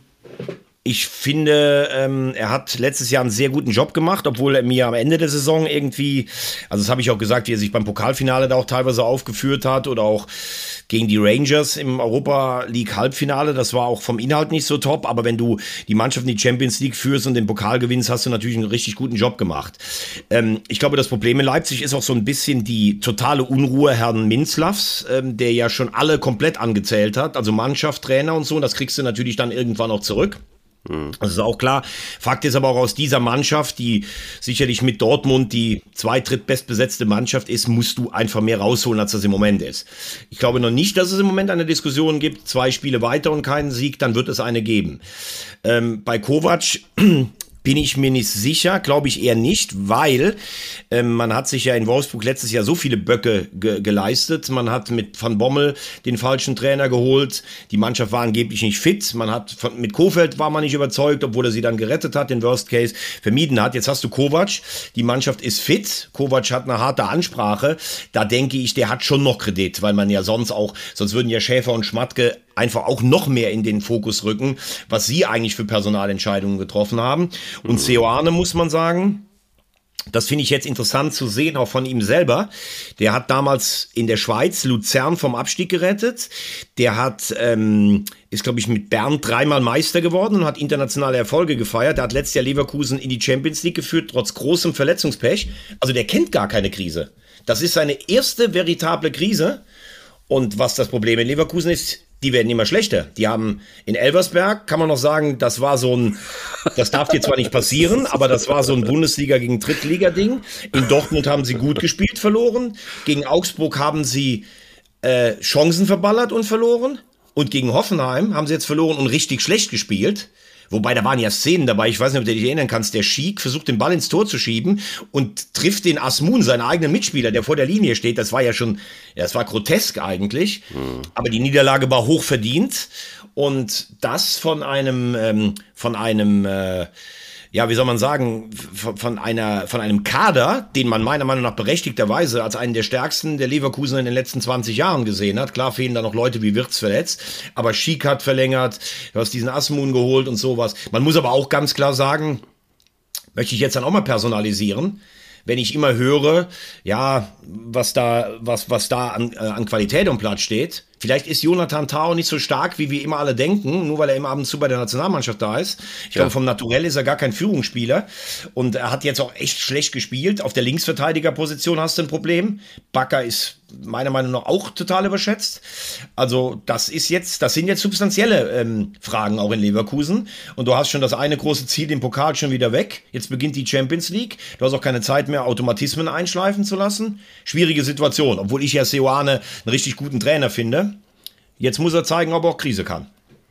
Ich finde, ähm, er hat letztes Jahr einen sehr guten Job gemacht, obwohl er mir am Ende der Saison irgendwie, also das habe ich auch gesagt, wie er sich beim Pokalfinale da auch teilweise aufgeführt hat oder auch gegen die Rangers im Europa League Halbfinale, das war auch vom Inhalt nicht so top, aber wenn du die Mannschaft in die Champions League führst und den Pokal gewinnst, hast du natürlich einen richtig guten Job gemacht. Ähm, ich glaube, das Problem in Leipzig ist auch so ein bisschen die totale Unruhe Herrn Minzlaffs, ähm, der ja schon alle komplett angezählt hat, also Mannschaft, Trainer und so, und das kriegst du natürlich dann irgendwann auch zurück. Das ist auch klar. Fakt ist aber auch, aus dieser Mannschaft, die sicherlich mit Dortmund die zweit-, drittbestbesetzte Mannschaft ist, musst du einfach mehr rausholen, als das im Moment ist. Ich glaube noch nicht, dass es im Moment eine Diskussion gibt, zwei Spiele weiter und keinen Sieg, dann wird es eine geben. Ähm, bei Kovac bin ich mir nicht sicher, glaube ich eher nicht, weil ähm, man hat sich ja in Wolfsburg letztes Jahr so viele Böcke ge- geleistet. Man hat mit Van Bommel den falschen Trainer geholt. Die Mannschaft war angeblich nicht fit. Man hat von, mit Kohfeldt war man nicht überzeugt, obwohl er sie dann gerettet hat, den Worst Case vermieden hat. Jetzt hast du Kovac. Die Mannschaft ist fit. Kovac hat eine harte Ansprache. Da denke ich, der hat schon noch Kredit, weil man ja sonst auch, sonst würden ja Schäfer und Schmatke einfach auch noch mehr in den Fokus rücken, was sie eigentlich für Personalentscheidungen getroffen haben. Und Seoane, muss man sagen, das finde ich jetzt interessant zu sehen, auch von ihm selber. Der hat damals in der Schweiz Luzern vom Abstieg gerettet. Der hat, ähm, ist, glaube ich, mit Bern dreimal Meister geworden und hat internationale Erfolge gefeiert. Der hat letztes Jahr Leverkusen in die Champions League geführt, trotz großem Verletzungspech. Also der kennt gar keine Krise. Das ist seine erste veritable Krise. Und was das Problem in Leverkusen ist, die werden immer schlechter. Die haben in Elversberg, kann man noch sagen, das war so ein, das darf dir zwar nicht passieren, aber das war so ein Bundesliga gegen Drittliga-Ding. In Dortmund haben sie gut gespielt, verloren. Gegen Augsburg haben sie äh, Chancen verballert und verloren. Und gegen Hoffenheim haben sie jetzt verloren und richtig schlecht gespielt. Wobei, da waren ja Szenen dabei, ich weiß nicht, ob du dich erinnern kannst, der Schick versucht den Ball ins Tor zu schieben und trifft den Asmun, seinen eigenen Mitspieler, der vor der Linie steht. Das war ja schon, ja, das war grotesk eigentlich, mhm. Aber die Niederlage war hoch verdient und das von einem, ähm, von einem, äh, ja, wie soll man sagen, von, von einer, von einem Kader, den man meiner Meinung nach berechtigterweise als einen der stärksten der Leverkusen in den letzten zwanzig Jahren gesehen hat. Klar fehlen da noch Leute wie Wirtz verletzt, aber Schick hat verlängert, du hast diesen Asmun geholt und sowas. Man muss aber auch ganz klar sagen, möchte ich jetzt dann auch mal personalisieren, wenn ich immer höre, ja, was da, was, was da an, äh, an Qualität am Platz steht. Vielleicht ist Jonathan Tah auch nicht so stark, wie wir immer alle denken, nur weil er immer ab und zu bei der Nationalmannschaft da ist. Ich glaube, vom Naturell ist er gar kein Führungsspieler. Und er hat jetzt auch echt schlecht gespielt. Auf der Linksverteidigerposition hast du ein Problem. Bakker ist meiner Meinung nach auch total überschätzt. Also das ist jetzt, das sind jetzt substanzielle ähm, Fragen auch in Leverkusen. Und du hast schon das eine große Ziel, den Pokal schon wieder weg. Jetzt beginnt die Champions League. Du hast auch keine Zeit mehr, Automatismen einschleifen zu lassen. Schwierige Situation, obwohl ich ja Seoane einen richtig guten Trainer finde. Jetzt muss er zeigen, ob er auch Krise kann.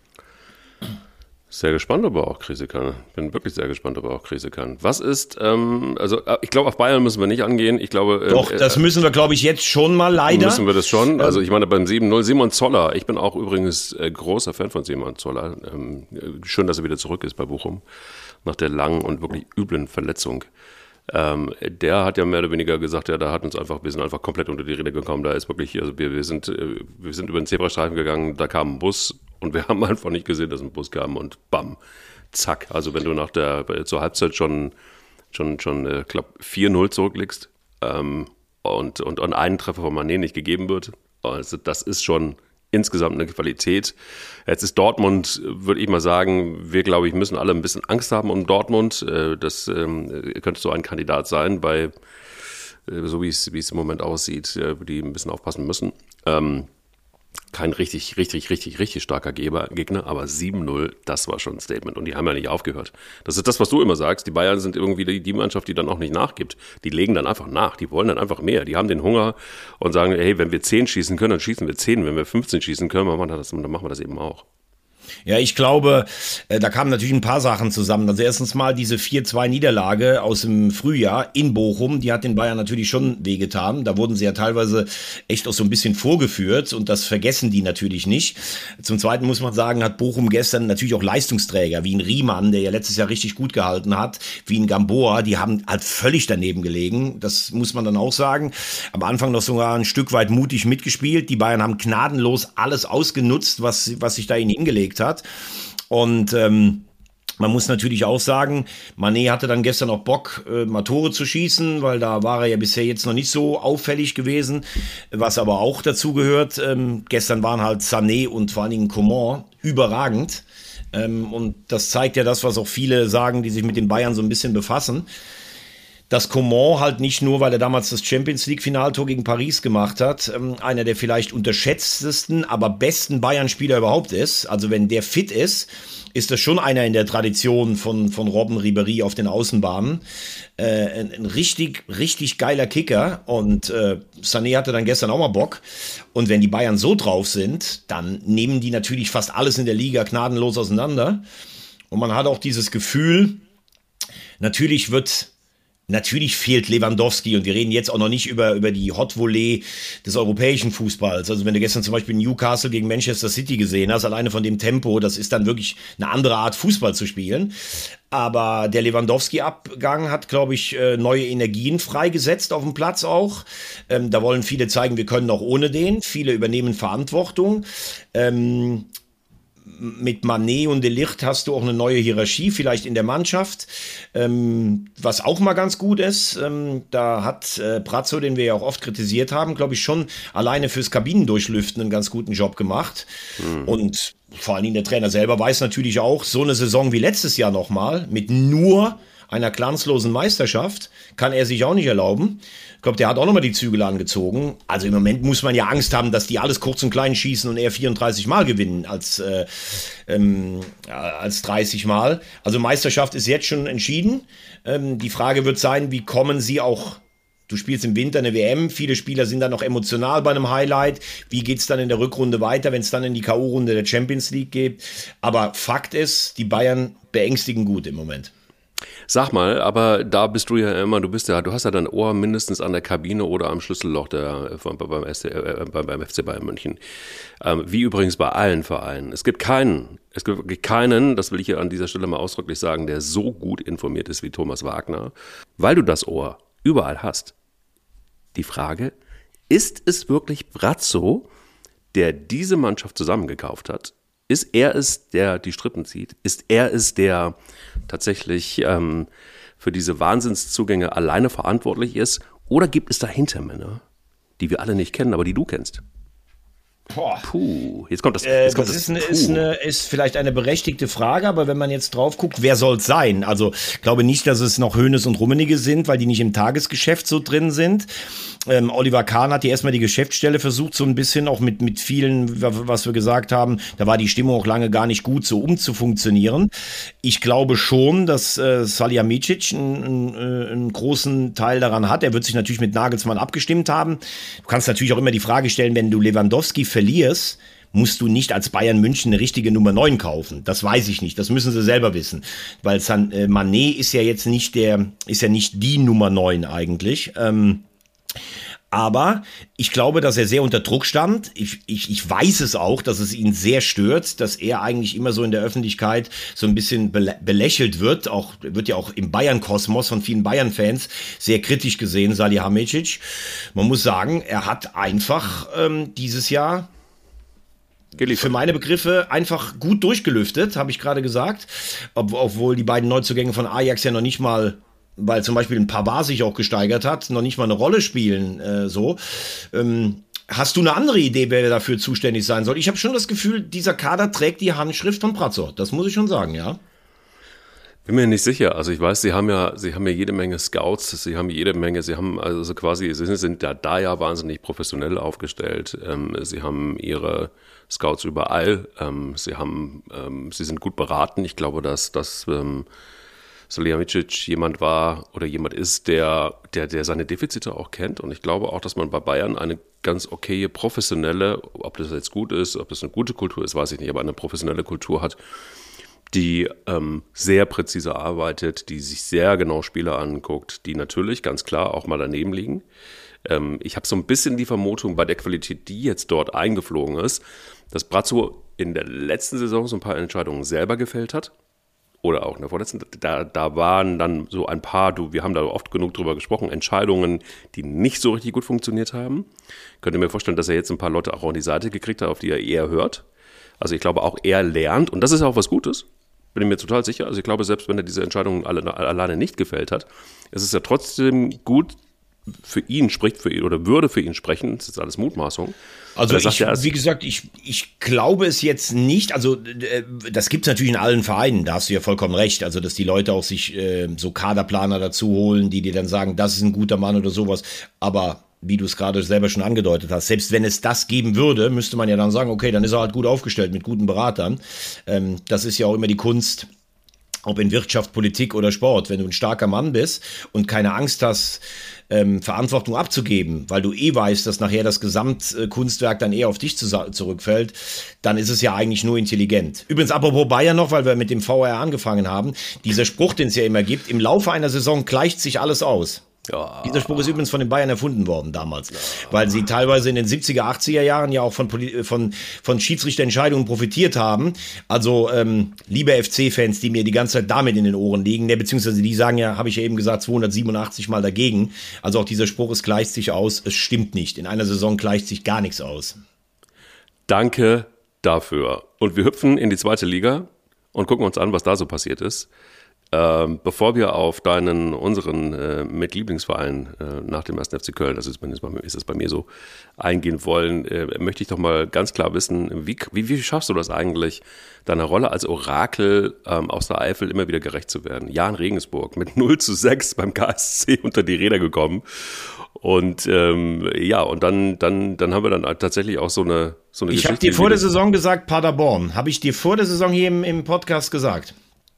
Sehr gespannt, ob er auch Krise kann. Bin wirklich sehr gespannt, ob er auch Krise kann. Was ist, ähm, also ich glaube, auf Bayern müssen wir nicht angehen. Ich glaube, Doch, äh, das müssen wir, glaube ich, jetzt schon mal leider. Müssen wir das schon. Also ich meine, beim sieben null, Simon Zoller, ich bin auch übrigens äh, großer Fan von Simon Zoller. Ähm, schön, dass er wieder zurück ist bei Bochum, nach der langen und wirklich üblen Verletzung. Ähm, der hat ja mehr oder weniger gesagt, ja, da hat uns einfach, wir sind einfach komplett unter die Räder gekommen. Da ist wirklich, also wir, wir sind, äh, wir sind über den Zebrastreifen gegangen, da kam ein Bus und wir haben einfach nicht gesehen, dass ein Bus kam und bam, zack. Also wenn du nach der, zur Halbzeit schon, schon, schon, äh, glaub, vier null zurückliegst, ähm, und, und, und einen Treffer von Mané nicht gegeben wird, also das ist schon insgesamt eine Qualität. Jetzt ist Dortmund, würde ich mal sagen, wir, glaube ich, müssen alle ein bisschen Angst haben um Dortmund. Das ähm, könnte so ein Kandidat sein, bei, so wie es, wie es im Moment aussieht, die ein bisschen aufpassen müssen. Ähm, kein richtig, richtig, richtig, richtig starker Geber, Gegner, aber sieben null, das war schon ein Statement und die haben ja nicht aufgehört. Das ist das, was du immer sagst, die Bayern sind irgendwie die, die Mannschaft, die dann auch nicht nachgibt. Die legen dann einfach nach, die wollen dann einfach mehr, die haben den Hunger und sagen, hey, wenn wir zehn schießen können, dann schießen wir zehn, wenn wir fünfzehn schießen können, dann machen wir das, dann machen wir das eben auch. Ja, ich glaube, äh, da kamen natürlich ein paar Sachen zusammen. Also erstens mal diese vier zwei Niederlage aus dem Frühjahr in Bochum, die hat den Bayern natürlich schon wehgetan. Da wurden sie ja teilweise echt auch so ein bisschen vorgeführt und das vergessen die natürlich nicht. Zum Zweiten muss man sagen, hat Bochum gestern natürlich auch Leistungsträger, wie ein Riemann, der ja letztes Jahr richtig gut gehalten hat, wie ein Gamboa, die haben halt völlig daneben gelegen. Das muss man dann auch sagen. Am Anfang noch sogar ein Stück weit mutig mitgespielt. Die Bayern haben gnadenlos alles ausgenutzt, was, was sich da ihnen hingelegt hat. Und ähm, man muss natürlich auch sagen, Mané hatte dann gestern auch Bock, äh, mal Tore zu schießen, weil da war er ja bisher jetzt noch nicht so auffällig gewesen, was aber auch dazu gehört. Ähm, gestern waren halt Sané und vor allen Dingen Coman überragend. Ähm, und das zeigt ja das, was auch viele sagen, die sich mit den Bayern so ein bisschen befassen. Dass Coman halt nicht nur, weil er damals das Champions-League-Finaltor gegen Paris gemacht hat, ähm, einer der vielleicht unterschätztesten, aber besten Bayern-Spieler überhaupt ist. Also wenn der fit ist, ist das schon einer in der Tradition von, von Robben Ribéry auf den Außenbahnen. Äh, ein, ein richtig, richtig geiler Kicker. Und äh, Sané hatte dann gestern auch mal Bock. Und wenn die Bayern so drauf sind, dann nehmen die natürlich fast alles in der Liga gnadenlos auseinander. Und man hat auch dieses Gefühl, natürlich wird... Natürlich fehlt Lewandowski und wir reden jetzt auch noch nicht über, über die Hot Volley des europäischen Fußballs. Also wenn du gestern zum Beispiel Newcastle gegen Manchester City gesehen hast, alleine von dem Tempo, das ist dann wirklich eine andere Art Fußball zu spielen. Aber der Lewandowski-Abgang hat, glaube ich, neue Energien freigesetzt auf dem Platz auch. Ähm, da wollen viele zeigen, wir können auch ohne den. Viele übernehmen Verantwortung. Ähm, Mit Mané und De Ligt hast du auch eine neue Hierarchie, vielleicht in der Mannschaft, ähm, was auch mal ganz gut ist. Ähm, da hat äh, Brazzo, den wir ja auch oft kritisiert haben, glaube ich, schon alleine fürs Kabinendurchlüften einen ganz guten Job gemacht. Mhm. Und vor allen Dingen der Trainer selber weiß natürlich auch, so eine Saison wie letztes Jahr nochmal, mit nur einer glanzlosen Meisterschaft, kann er sich auch nicht erlauben. Ich glaube, der hat auch nochmal die Zügel angezogen. Also im Moment muss man ja Angst haben, dass die alles kurz und klein schießen und eher vierunddreißig Mal gewinnen als, äh, ähm, als dreißig Mal. Also Meisterschaft ist jetzt schon entschieden. Ähm, die Frage wird sein, wie kommen sie auch... Du spielst im Winter eine W M, viele Spieler sind dann noch emotional bei einem Highlight. Wie geht's dann in der Rückrunde weiter, wenn es dann in die K O-Runde der Champions League geht? Aber Fakt ist, die Bayern beängstigen gut im Moment. Sag mal, aber da bist du ja immer, du bist ja, du hast ja dein Ohr mindestens an der Kabine oder am Schlüsselloch der, beim, beim, äh, beim F C Bayern München. Ähm, wie übrigens bei allen Vereinen. Es gibt keinen, es gibt wirklich keinen, das will ich hier an dieser Stelle mal ausdrücklich sagen, der so gut informiert ist wie Thomas Wagner, weil du das Ohr überall hast. Die Frage, ist es wirklich Brazzo, der diese Mannschaft zusammengekauft hat? Ist er es, der die Strippen zieht? Ist er es, der tatsächlich ähm, für diese Wahnsinnszugänge alleine verantwortlich ist? Oder gibt es da Hintermänner, die wir alle nicht kennen, aber die du kennst? Boah. Puh, jetzt kommt das. Äh, Jetzt kommt das das ist, eine, ist, eine, ist vielleicht eine berechtigte Frage, aber wenn man jetzt drauf guckt, wer soll es sein? Also ich glaube nicht, dass es noch Hoeneß und Rummenigge sind, weil die nicht im Tagesgeschäft so drin sind. Ähm, Oliver Kahn hat ja erstmal die Geschäftsstelle versucht, so ein bisschen auch mit, mit vielen, was wir gesagt haben, da war die Stimmung auch lange gar nicht gut, so umzufunktionieren. Ich glaube schon, dass äh, Salihamidzic einen, einen, einen großen Teil daran hat. Er wird sich natürlich mit Nagelsmann abgestimmt haben. Du kannst natürlich auch immer die Frage stellen, wenn du Lewandowski verlierst, musst du nicht als Bayern München eine richtige Nummer neun kaufen. Das weiß ich nicht. Das müssen sie selber wissen. Weil San, äh, Mané ist ja jetzt nicht der, ist ja nicht die Nummer neun eigentlich. Ähm, aber ich glaube, dass er sehr unter Druck stand. Ich, ich, ich weiß es auch, dass es ihn sehr stört, dass er eigentlich immer so in der Öffentlichkeit so ein bisschen belä- belächelt wird. Auch, wird ja auch im Bayern-Kosmos von vielen Bayern-Fans sehr kritisch gesehen, Salihamidzic. Man muss sagen, er hat einfach ähm, dieses Jahr Geliefert. Für meine Begriffe einfach gut durchgelüftet, habe ich gerade gesagt. Ob, obwohl die beiden Neuzugänge von Ajax ja noch nicht mal, weil zum Beispiel ein Pavard sich auch gesteigert hat, noch nicht mal eine Rolle spielen. Äh, so. Ähm, hast du eine andere Idee, wer dafür zuständig sein soll? Ich habe schon das Gefühl, dieser Kader trägt die Handschrift von Pratzo. Das muss ich schon sagen, ja. Bin mir nicht sicher. Also ich weiß, sie haben ja, sie haben ja jede Menge Scouts, sie haben jede Menge, sie haben also quasi, sie sind da, da ja wahnsinnig professionell aufgestellt. Ähm, sie haben ihre Scouts überall. Ähm, sie haben, ähm, sie sind gut beraten. Ich glaube, dass, dass ähm, Salihamidzic jemand war oder jemand ist, der, der, der seine Defizite auch kennt. Und ich glaube auch, dass man bei Bayern eine ganz okaye, professionelle, ob das jetzt gut ist, ob das eine gute Kultur ist, weiß ich nicht, aber eine professionelle Kultur hat, die ähm, sehr präzise arbeitet, die sich sehr genau Spiele anguckt, die natürlich ganz klar auch mal daneben liegen. Ähm, ich habe so ein bisschen die Vermutung, bei der Qualität, die jetzt dort eingeflogen ist, dass Pratzo in der letzten Saison so ein paar Entscheidungen selber gefällt hat. Oder auch in der vorletzten. Da, da waren dann so ein paar, du, wir haben da oft genug drüber gesprochen, Entscheidungen, die nicht so richtig gut funktioniert haben. Könnt ihr mir vorstellen, dass er jetzt ein paar Leute auch an die Seite gekriegt hat, auf die er eher hört. Also ich glaube auch, er lernt, und das ist auch was Gutes. Bin ich mir total sicher. Also ich glaube, selbst wenn er diese Entscheidungen alle, alleine nicht gefällt hat, es ist ja trotzdem gut für ihn, spricht für ihn oder würde für ihn sprechen, das ist alles Mutmaßung. Also ich, wie gesagt, ich, ich glaube es jetzt nicht, also äh, das gibt es natürlich in allen Vereinen, da hast du ja vollkommen recht, also dass die Leute auch sich äh, so Kaderplaner dazu holen, die dir dann sagen, das ist ein guter Mann oder sowas, aber wie du es gerade selber schon angedeutet hast, selbst wenn es das geben würde, müsste man ja dann sagen, okay, dann ist er halt gut aufgestellt mit guten Beratern. Ähm, das ist ja auch immer die Kunst, ob in Wirtschaft, Politik oder Sport. Wenn du ein starker Mann bist und keine Angst hast, ähm, Verantwortung abzugeben, weil du eh weißt, dass nachher das Gesamtkunstwerk dann eher auf dich zu, zurückfällt, dann ist es ja eigentlich nur intelligent. Übrigens, apropos Bayern noch, weil wir mit dem V R angefangen haben, dieser Spruch, den es ja immer gibt, im Laufe einer Saison gleicht sich alles aus. Ja. Dieser Spruch ist übrigens von den Bayern erfunden worden damals, ja. Weil sie teilweise in den siebziger, achtziger Jahren ja auch von, von, von Schiedsrichterentscheidungen profitiert haben. Also, ähm, liebe F C-Fans, die mir die ganze Zeit damit in den Ohren liegen, ne, beziehungsweise die sagen ja, habe ich ja eben gesagt, zweihundertsiebenundachtzig Mal dagegen. Also auch dieser Spruch, es gleicht sich aus, es stimmt nicht. In einer Saison gleicht sich gar nichts aus. Danke dafür. Und wir hüpfen in die zweite Liga und gucken uns an, was da so passiert ist. Ähm, bevor wir auf deinen, unseren äh, mit Lieblingsverein äh, nach dem ersten F C Köln, das ist, ist das bei mir so, eingehen wollen, äh, möchte ich doch mal ganz klar wissen, wie, wie, wie schaffst du das eigentlich, deiner Rolle als Orakel ähm, aus der Eifel immer wieder gerecht zu werden? Jan Regensburg mit null zu sechs beim K S C unter die Räder gekommen. Und ähm, ja, und dann, dann, dann haben wir dann tatsächlich auch so eine, so eine ich Geschichte. Ich habe dir vor der Saison gesagt, Paderborn. Habe ich dir vor der Saison hier im, im Podcast gesagt.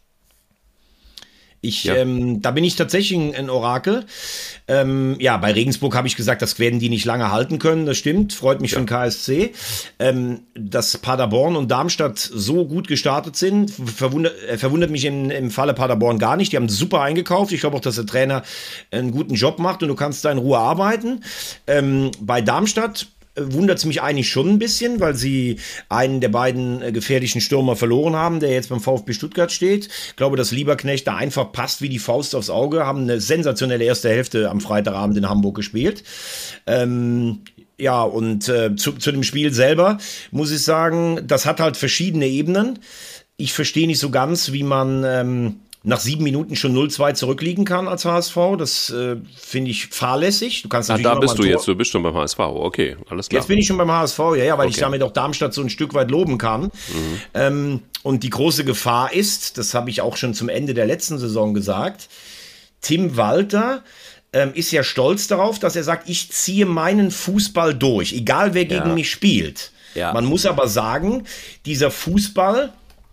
Ich, ja. ähm, da bin ich tatsächlich ein Orakel. Ähm, ja, bei Regensburg habe ich gesagt, das werden die nicht lange halten können. Das stimmt, freut mich ja. für den K S C. Ähm, dass Paderborn und Darmstadt so gut gestartet sind, verwundert, äh, verwundert mich im, im Falle Paderborn gar nicht. Die haben super eingekauft. Ich glaube auch, dass der Trainer einen guten Job macht und du kannst da in Ruhe arbeiten. Ähm, bei Darmstadt wundert es mich eigentlich schon ein bisschen, weil sie einen der beiden äh, gefährlichen Stürmer verloren haben, der jetzt beim VfB Stuttgart steht. Ich glaube, dass Lieberknecht da einfach passt wie die Faust aufs Auge, haben eine sensationelle erste Hälfte am Freitagabend in Hamburg gespielt. Ähm, ja, und äh, zu, zu dem Spiel selber muss ich sagen, das hat halt verschiedene Ebenen. Ich verstehe nicht so ganz, wie man... Ähm, nach sieben Minuten schon null zwei zurückliegen kann als H S V. Das äh, finde ich fahrlässig. Du kannst Ah, natürlich da bist du Tor- jetzt, du bist schon beim H S V, okay, alles klar. Jetzt bin ich schon beim H S V, ja, ja, weil Okay. ich damit auch Darmstadt so ein Stück weit loben kann. Mhm. Ähm, und die große Gefahr ist, das habe ich auch schon zum Ende der letzten Saison gesagt, Tim Walter ähm, ist ja stolz darauf, dass er sagt, ich ziehe meinen Fußball durch, egal wer gegen Ja. mich spielt. Ja. Man muss aber sagen, dieser Fußball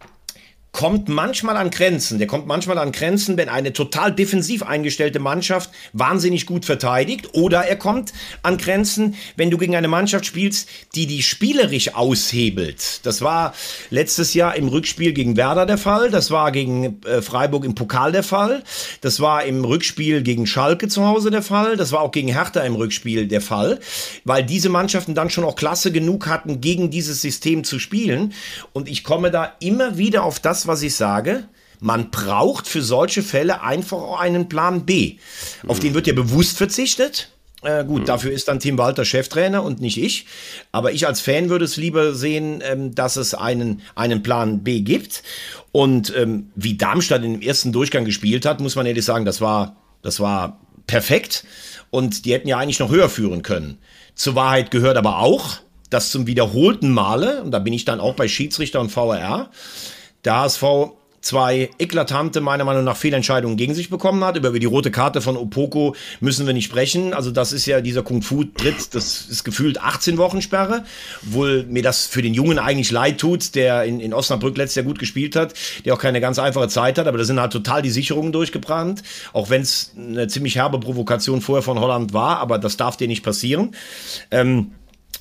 kommt manchmal an Grenzen. Der kommt manchmal an Grenzen, wenn eine total defensiv eingestellte Mannschaft wahnsinnig gut verteidigt. Oder er kommt an Grenzen, wenn du gegen eine Mannschaft spielst, die die spielerisch aushebelt. Das war letztes Jahr im Rückspiel gegen Werder der Fall. Das war gegen äh, Freiburg im Pokal der Fall. Das war im Rückspiel gegen Schalke zu Hause der Fall. Das war auch gegen Hertha im Rückspiel der Fall. Weil diese Mannschaften dann schon auch Klasse genug hatten, gegen dieses System zu spielen. Und ich komme da immer wieder auf das, was ich sage, man braucht für solche Fälle einfach auch einen Plan B. Auf den wird ja bewusst verzichtet. Äh, gut, mhm. dafür ist dann Tim Walter Cheftrainer und nicht ich. Aber ich als Fan würde es lieber sehen, ähm, dass es einen, einen Plan B gibt. Und ähm, wie Darmstadt im ersten Durchgang gespielt hat, muss man ehrlich sagen, das war, das war perfekt. Und die hätten ja eigentlich noch höher führen können. Zur Wahrheit gehört aber auch, dass zum wiederholten Male, und da bin ich dann auch bei Schiedsrichter und V A R, der H S V zwei eklatante, meiner Meinung nach, Fehlentscheidungen gegen sich bekommen hat. Über die rote Karte von Opoko müssen wir nicht sprechen. Also das ist ja dieser Kung-Fu-Tritt, das ist gefühlt achtzehn Wochen Sperre. Obwohl mir das für den Jungen eigentlich leid tut, der in, in Osnabrück letztes Jahr gut gespielt hat, der auch keine ganz einfache Zeit hat. Aber da sind halt total die Sicherungen durchgebrannt. Auch wenn es eine ziemlich herbe Provokation vorher von Holland war. Aber das darf dir nicht passieren. Ähm...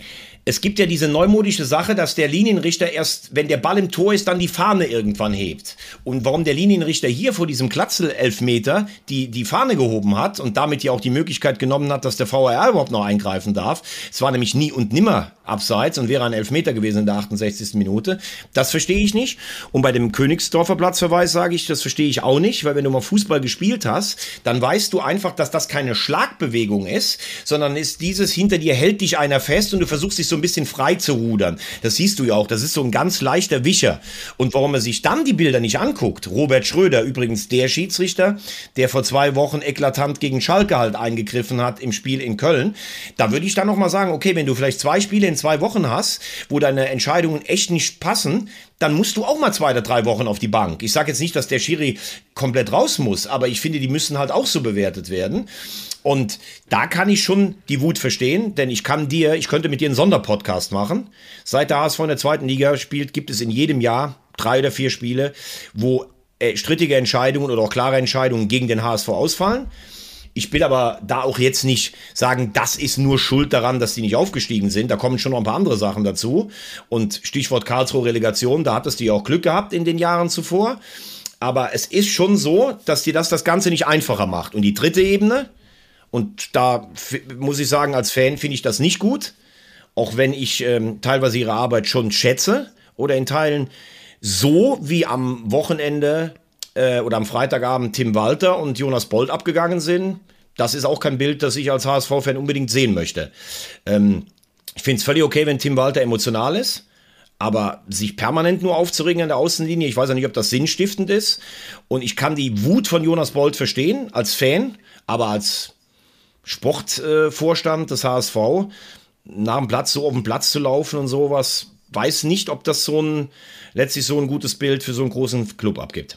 Es gibt ja diese neumodische Sache, dass der Linienrichter erst, wenn der Ball im Tor ist, dann die Fahne irgendwann hebt. Und warum der Linienrichter hier vor diesem Glatzel-Elfmeter die, die Fahne gehoben hat und damit ja auch die Möglichkeit genommen hat, dass der V A R überhaupt noch eingreifen darf. Es war nämlich nie und nimmer abseits und wäre ein Elfmeter gewesen in der achtundsechzigsten Minute. Das verstehe ich nicht. Und bei dem Königsdorfer Platzverweis sage ich, das verstehe ich auch nicht, weil wenn du mal Fußball gespielt hast, dann weißt du einfach, dass das keine Schlagbewegung ist, sondern ist dieses, hinter dir hält dich einer fest und du versuchst dich so ein bisschen frei zu rudern. Das siehst du ja auch. Das ist so ein ganz leichter Wischer. Und warum er sich dann die Bilder nicht anguckt, Robert Schröder, übrigens der Schiedsrichter, der vor zwei Wochen eklatant gegen Schalke halt eingegriffen hat im Spiel in Köln, da würde ich dann nochmal sagen, okay, wenn du vielleicht zwei Spiele in zwei Wochen hast, wo deine Entscheidungen echt nicht passen, dann musst du auch mal zwei oder drei Wochen auf die Bank. Ich sage jetzt nicht, dass der Schiri komplett raus muss, aber ich finde, die müssen halt auch so bewertet werden. Und da kann ich schon die Wut verstehen, denn ich kann dir, ich könnte mit dir einen Sonderpodcast machen. Seit der H S V in der zweiten Liga spielt, gibt es in jedem Jahr drei oder vier Spiele, wo äh, strittige Entscheidungen oder auch klare Entscheidungen gegen den H S V ausfallen. Ich will aber da auch jetzt nicht sagen, das ist nur schuld daran, dass die nicht aufgestiegen sind. Da kommen schon noch ein paar andere Sachen dazu. Und Stichwort Karlsruhe Relegation, da hattest du ja auch Glück gehabt in den Jahren zuvor. Aber es ist schon so, dass dir das das Ganze nicht einfacher macht. Und die dritte Ebene, und da f- muss ich sagen, als Fan finde ich das nicht gut. Auch wenn ich ähm, teilweise ihre Arbeit schon schätze oder in Teilen so wie am Wochenende äh, oder am Freitagabend Tim Walter und Jonas Bold abgegangen sind, das ist auch kein Bild, das ich als H S V-Fan unbedingt sehen möchte. Ähm, ich finde es völlig okay, wenn Tim Walter emotional ist, aber sich permanent nur aufzuregen an der Außenlinie, ich weiß ja nicht, ob das sinnstiftend ist. Und ich kann die Wut von Jonas Bold verstehen, als Fan, aber als Sportvorstand äh, des H S V, nach dem Platz so auf den Platz zu laufen und sowas, weiß nicht, ob das so ein, letztlich so ein gutes Bild für so einen großen Club abgibt.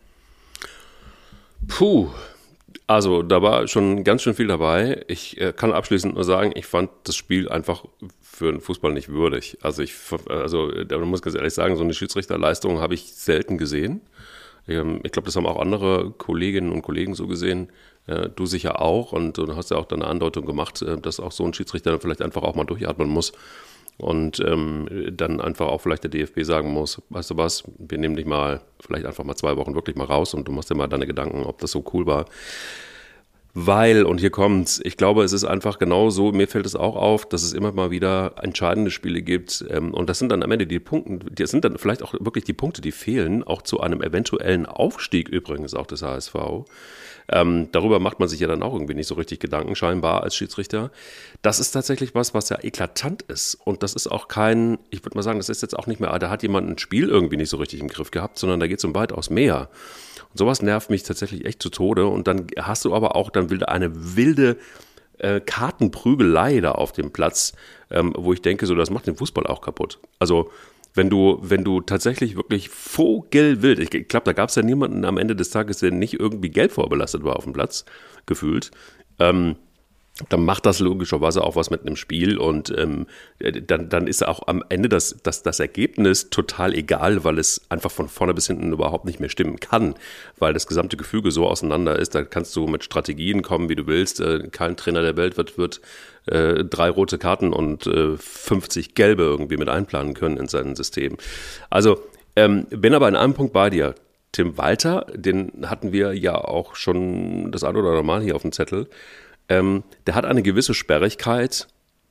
Puh, also da war schon ganz schön viel dabei. Ich äh, kann abschließend nur sagen, ich fand das Spiel einfach für den Fußball nicht würdig. Also ich, also da muss ich ganz ehrlich sagen, so eine Schiedsrichterleistung habe ich selten gesehen. Ähm, ich glaube, das haben auch andere Kolleginnen und Kollegen so gesehen. Äh, du sicher auch. Und du hast ja auch dann eine Andeutung gemacht, äh, dass auch so ein Schiedsrichter vielleicht einfach auch mal durchatmen muss. Und ähm, dann einfach auch vielleicht der D F B sagen muss, weißt du was, wir nehmen dich mal vielleicht einfach mal zwei Wochen wirklich mal raus und du machst dir mal deine Gedanken, ob das so cool war. Weil, und hier kommt's, ich glaube, es ist einfach genau so, mir fällt es auch auf, dass es immer mal wieder entscheidende Spiele gibt ähm, und das sind dann am Ende die Punkte, das sind dann vielleicht auch wirklich die Punkte, die fehlen, auch zu einem eventuellen Aufstieg übrigens auch des H S V. Ähm, darüber macht man sich ja dann auch irgendwie nicht so richtig Gedanken, scheinbar als Schiedsrichter. Das ist tatsächlich was, was ja eklatant ist. Und das ist auch kein, ich würde mal sagen, das ist jetzt auch nicht mehr, da hat jemand ein Spiel irgendwie nicht so richtig im Griff gehabt, sondern da geht es um weitaus mehr. Und sowas nervt mich tatsächlich echt zu Tode. Und dann hast du aber auch dann wieder eine wilde äh, Kartenprügelei da auf dem Platz, ähm, wo ich denke, so das macht den Fußball auch kaputt. Also wenn du, wenn du tatsächlich wirklich vogelwild, ich glaube, da gab es ja niemanden am Ende des Tages, der nicht irgendwie gelb vorbelastet war auf dem Platz, gefühlt, ähm, dann macht das logischerweise auch was mit einem Spiel und ähm, dann, dann ist auch am Ende das, das, das Ergebnis total egal, weil es einfach von vorne bis hinten überhaupt nicht mehr stimmen kann, weil das gesamte Gefüge so auseinander ist, da kannst du mit Strategien kommen, wie du willst, äh, kein Trainer der Welt wird, wird äh, drei rote Karten und äh, fünfzig gelbe irgendwie mit einplanen können in sein System. Also ähm, bin aber in einem Punkt bei dir. Tim Walter, den hatten wir ja auch schon das ein oder andere Mal hier auf dem Zettel. Ähm, der hat eine gewisse Sperrigkeit.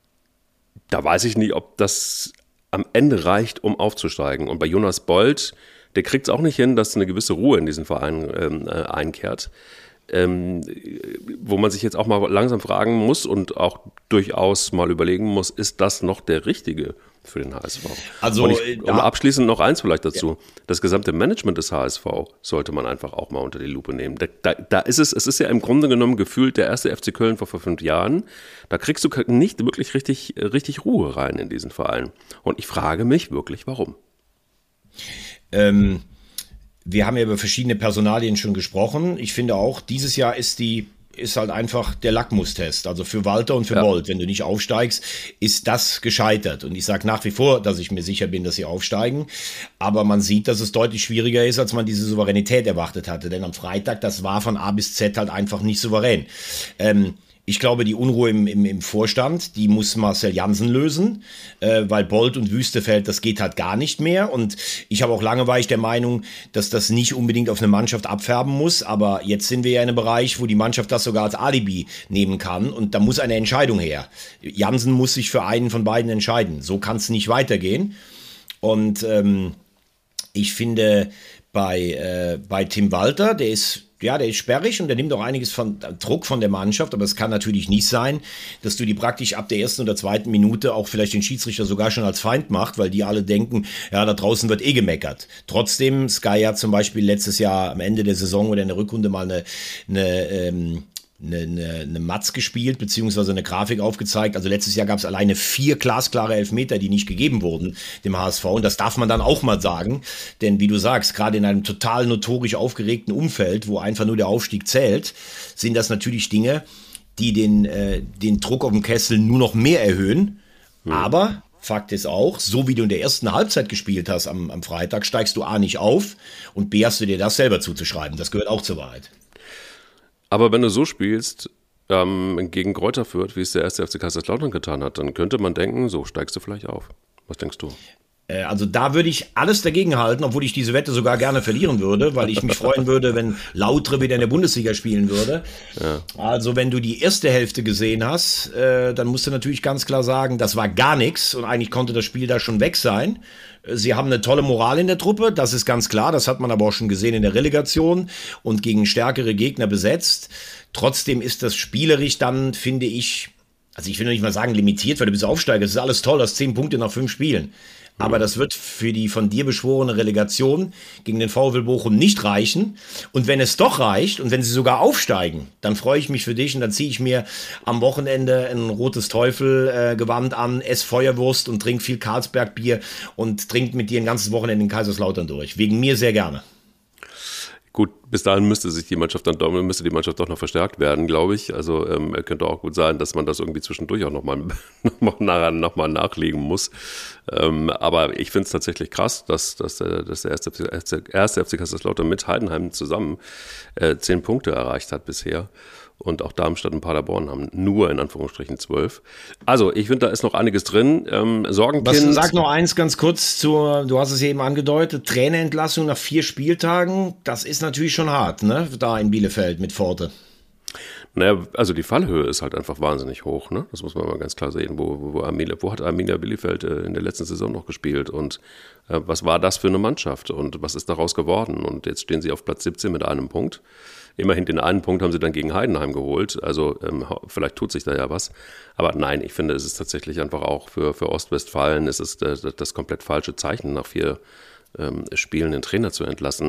Da weiß ich nicht, ob das am Ende reicht, um aufzusteigen. Und bei Jonas Bold, der kriegt es auch nicht hin, dass eine gewisse Ruhe in diesen Verein ähm, äh, einkehrt. Ähm, wo man sich jetzt auch mal langsam fragen muss und auch durchaus mal überlegen muss, ist das noch der Richtige für den H S V? Also, und ich, um abschließend noch eins vielleicht dazu. Ja. Das gesamte Management des H S V sollte man einfach auch mal unter die Lupe nehmen. Da, da, da ist es, es ist ja im Grunde genommen gefühlt der erste F C Köln vor, vor fünf Jahren. Da kriegst du nicht wirklich richtig, richtig Ruhe rein in diesen Verein. Und ich frage mich wirklich, warum? Ähm, wir haben ja über verschiedene Personalien schon gesprochen. Ich finde auch, dieses Jahr ist die ist halt einfach der Lackmustest. Also für Walter und für ja. Bold. Wenn du nicht aufsteigst, ist das gescheitert. Und ich sage nach wie vor, dass ich mir sicher bin, dass sie aufsteigen. Aber man sieht, dass es deutlich schwieriger ist, als man diese Souveränität erwartet hatte. Denn am Freitag, das war von A bis Z halt einfach nicht souverän. Ähm, Ich glaube, die Unruhe im, im, im Vorstand, die muss Marcel Jansen lösen, äh, weil Bold und Wüstefeld, das geht halt gar nicht mehr. Und ich habe auch lange war ich der Meinung, dass das nicht unbedingt auf eine Mannschaft abfärben muss. Aber jetzt sind wir ja in einem Bereich, wo die Mannschaft das sogar als Alibi nehmen kann. Und da muss eine Entscheidung her. Jansen muss sich für einen von beiden entscheiden. So kann es nicht weitergehen. Und ähm, ich finde, bei, äh, bei Tim Walter, der ist... Ja, der ist sperrig und der nimmt auch einiges von Druck von der Mannschaft, aber es kann natürlich nicht sein, dass du die praktisch ab der ersten oder zweiten Minute auch vielleicht den Schiedsrichter sogar schon als Feind macht, weil die alle denken, ja, da draußen wird eh gemeckert. Trotzdem, Sky hat zum Beispiel letztes Jahr am Ende der Saison oder in der Rückrunde mal eine, eine ähm, Eine, eine, eine Matz gespielt, beziehungsweise eine Grafik aufgezeigt. Also letztes Jahr gab es alleine vier glasklare Elfmeter, die nicht gegeben wurden dem H S V. Und das darf man dann auch mal sagen. Denn wie du sagst, gerade in einem total notorisch aufgeregten Umfeld, wo einfach nur der Aufstieg zählt, sind das natürlich Dinge, die den, äh, den Druck auf dem Kessel nur noch mehr erhöhen. Mhm. Aber Fakt ist auch, so wie du in der ersten Halbzeit gespielt hast am, am Freitag, steigst du A nicht auf und B hast du dir das selber zuzuschreiben. Das gehört auch zur Wahrheit. Aber wenn du so spielst, ähm, gegen Greuther Fürth, wie es der erste F C Kaiserslautern getan hat, dann könnte man denken, so steigst du vielleicht auf. Was denkst du? Äh, also da würde ich alles dagegen halten, obwohl ich diese Wette sogar gerne verlieren würde, weil ich mich freuen würde, wenn Lautre wieder in der Bundesliga spielen würde. Ja. Also wenn du die erste Hälfte gesehen hast, äh, dann musst du natürlich ganz klar sagen, das war gar nichts und eigentlich konnte das Spiel da schon weg sein. Sie haben eine tolle Moral in der Truppe, das ist ganz klar, das hat man aber auch schon gesehen in der Relegation und gegen stärkere Gegner besetzt. Trotzdem ist das spielerisch dann, finde ich, also ich will nicht mal sagen limitiert, weil du bist Aufsteiger, das ist alles toll, das zehn Punkte nach fünf Spielen. Aber das wird für die von dir beschworene Relegation gegen den VfL Bochum nicht reichen. Und wenn es doch reicht und wenn sie sogar aufsteigen, dann freue ich mich für dich und dann ziehe ich mir am Wochenende ein rotes Teufel-Gewand äh, an, esse Feuerwurst und trinke viel Carlsberg-Bier und trinke mit dir ein ganzes Wochenende in Kaiserslautern durch. Wegen mir sehr gerne. Gut, bis dahin müsste sich die Mannschaft dann müsste die Mannschaft doch noch verstärkt werden, glaube ich. Also ähm, könnte auch gut sein, dass man das irgendwie zwischendurch auch nochmal noch mal, noch mal nachlegen muss. Ähm, aber ich finde es tatsächlich krass, dass, dass, dass der erste, erste F C Kaiserslautern mit Heidenheim zusammen äh, zehn Punkte erreicht hat bisher. Und auch Darmstadt und Paderborn haben nur in Anführungsstrichen zwölf. Also ich finde, da ist noch einiges drin. Ähm, Sorgenkind. Was, sag noch eins ganz kurz zur, du hast es eben angedeutet, Trainerentlassung nach vier Spieltagen, das ist natürlich schon hart, ne? Da in Bielefeld mit Pforte. Naja, also die Fallhöhe ist halt einfach wahnsinnig hoch, ne? Das muss man mal ganz klar sehen. Wo, wo, wo, Arminia, wo hat Arminia Bielefeld äh, in der letzten Saison noch gespielt und äh, was war das für eine Mannschaft und was ist daraus geworden? Und jetzt stehen sie auf Platz siebzehn mit einem Punkt. Immerhin den einen Punkt haben sie dann gegen Heidenheim geholt, also ähm, vielleicht tut sich da ja was. Aber nein, ich finde, es ist tatsächlich einfach auch für, für Ostwestfalen, es ist das, das komplett falsche Zeichen, nach vier ähm, Spielen den Trainer zu entlassen.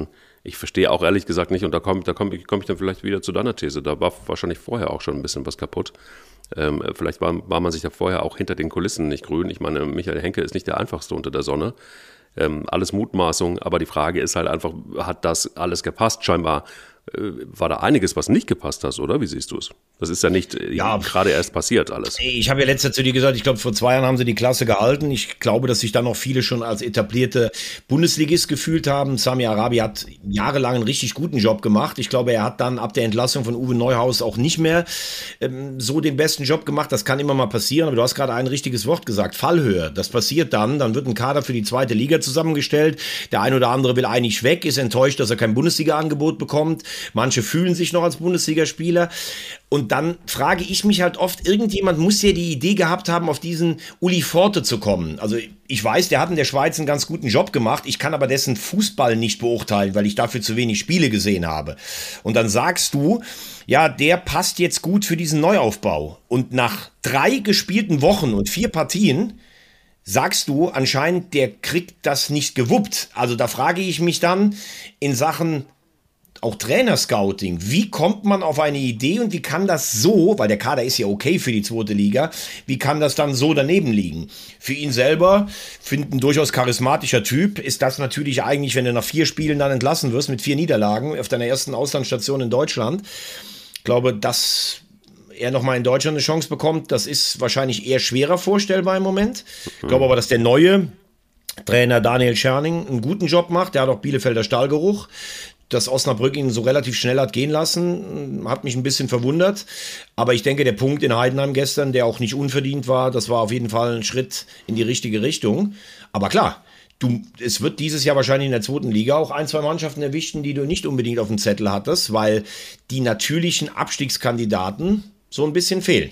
ich verstehe auch ehrlich gesagt nicht, und da komme da komm, komm ich dann vielleicht wieder zu deiner These, da war wahrscheinlich vorher auch schon ein bisschen was kaputt. Ähm, vielleicht war, war man sich ja vorher auch hinter den Kulissen nicht grün. Ich meine, Michael Henke ist nicht der einfachste unter der Sonne. Ähm, alles Mutmaßung, aber die Frage ist halt einfach, hat das alles gepasst? Scheinbar äh, war da einiges, was nicht gepasst hat, oder? Wie siehst du es? Das ist ja nicht äh, Ja, gerade erst passiert alles. Ich habe ja letztes zu dir gesagt, ich glaube, vor zwei Jahren haben sie die Klasse gehalten. Ich glaube, dass sich dann noch viele schon als etablierte Bundesligist gefühlt haben. Sami Arabi hat jahrelang einen richtig guten Job gemacht. Ich glaube, er hat dann ab der Entlassung von Uwe Neuhaus auch nicht mehr ähm, so den besten Job gemacht. Das kann immer mal passieren, aber du hast gerade ein richtiges Wort gesagt, Fallhöhe. Das passiert dann, dann wird ein Kader für die zweite Liga zusammengestellt. Der ein oder andere will eigentlich weg, ist enttäuscht, dass er kein Bundesliga-Angebot bekommt. Manche fühlen sich noch als Bundesligaspieler. Und dann frage ich mich halt oft, irgendjemand muss ja die Idee gehabt haben, auf diesen Uli Forte zu kommen. Also ich weiß, der hat in der Schweiz einen ganz guten Job gemacht. Ich kann aber dessen Fußball nicht beurteilen, weil ich dafür zu wenig Spiele gesehen habe. Und dann sagst du, ja, der passt jetzt gut für diesen Neuaufbau. Und nach drei gespielten Wochen und vier Partien sagst du anscheinend, der kriegt das nicht gewuppt. Also da frage ich mich dann in Sachen auch Trainerscouting, wie kommt man auf eine Idee und wie kann das so, weil der Kader ist ja okay für die zweite Liga, wie kann das dann so daneben liegen? Für ihn selber, finde ein durchaus charismatischer Typ, ist das natürlich eigentlich, wenn du nach vier Spielen dann entlassen wirst, mit vier Niederlagen auf deiner ersten Auslandsstation in Deutschland. Ich glaube, dass er nochmal in Deutschland eine Chance bekommt, das ist wahrscheinlich eher schwerer vorstellbar im Moment. Ich glaube aber, dass der neue Trainer Daniel Scherning einen guten Job macht, der hat auch Bielefelder Stahlgeruch. Dass Osnabrück ihn so relativ schnell hat gehen lassen, hat mich ein bisschen verwundert. Aber ich denke, der Punkt in Heidenheim gestern, der auch nicht unverdient war, das war auf jeden Fall ein Schritt in die richtige Richtung. Aber klar, du, es wird dieses Jahr wahrscheinlich in der zweiten Liga auch ein, zwei Mannschaften erwischen, die du nicht unbedingt auf dem Zettel hattest, weil die natürlichen Abstiegskandidaten so ein bisschen fehlen.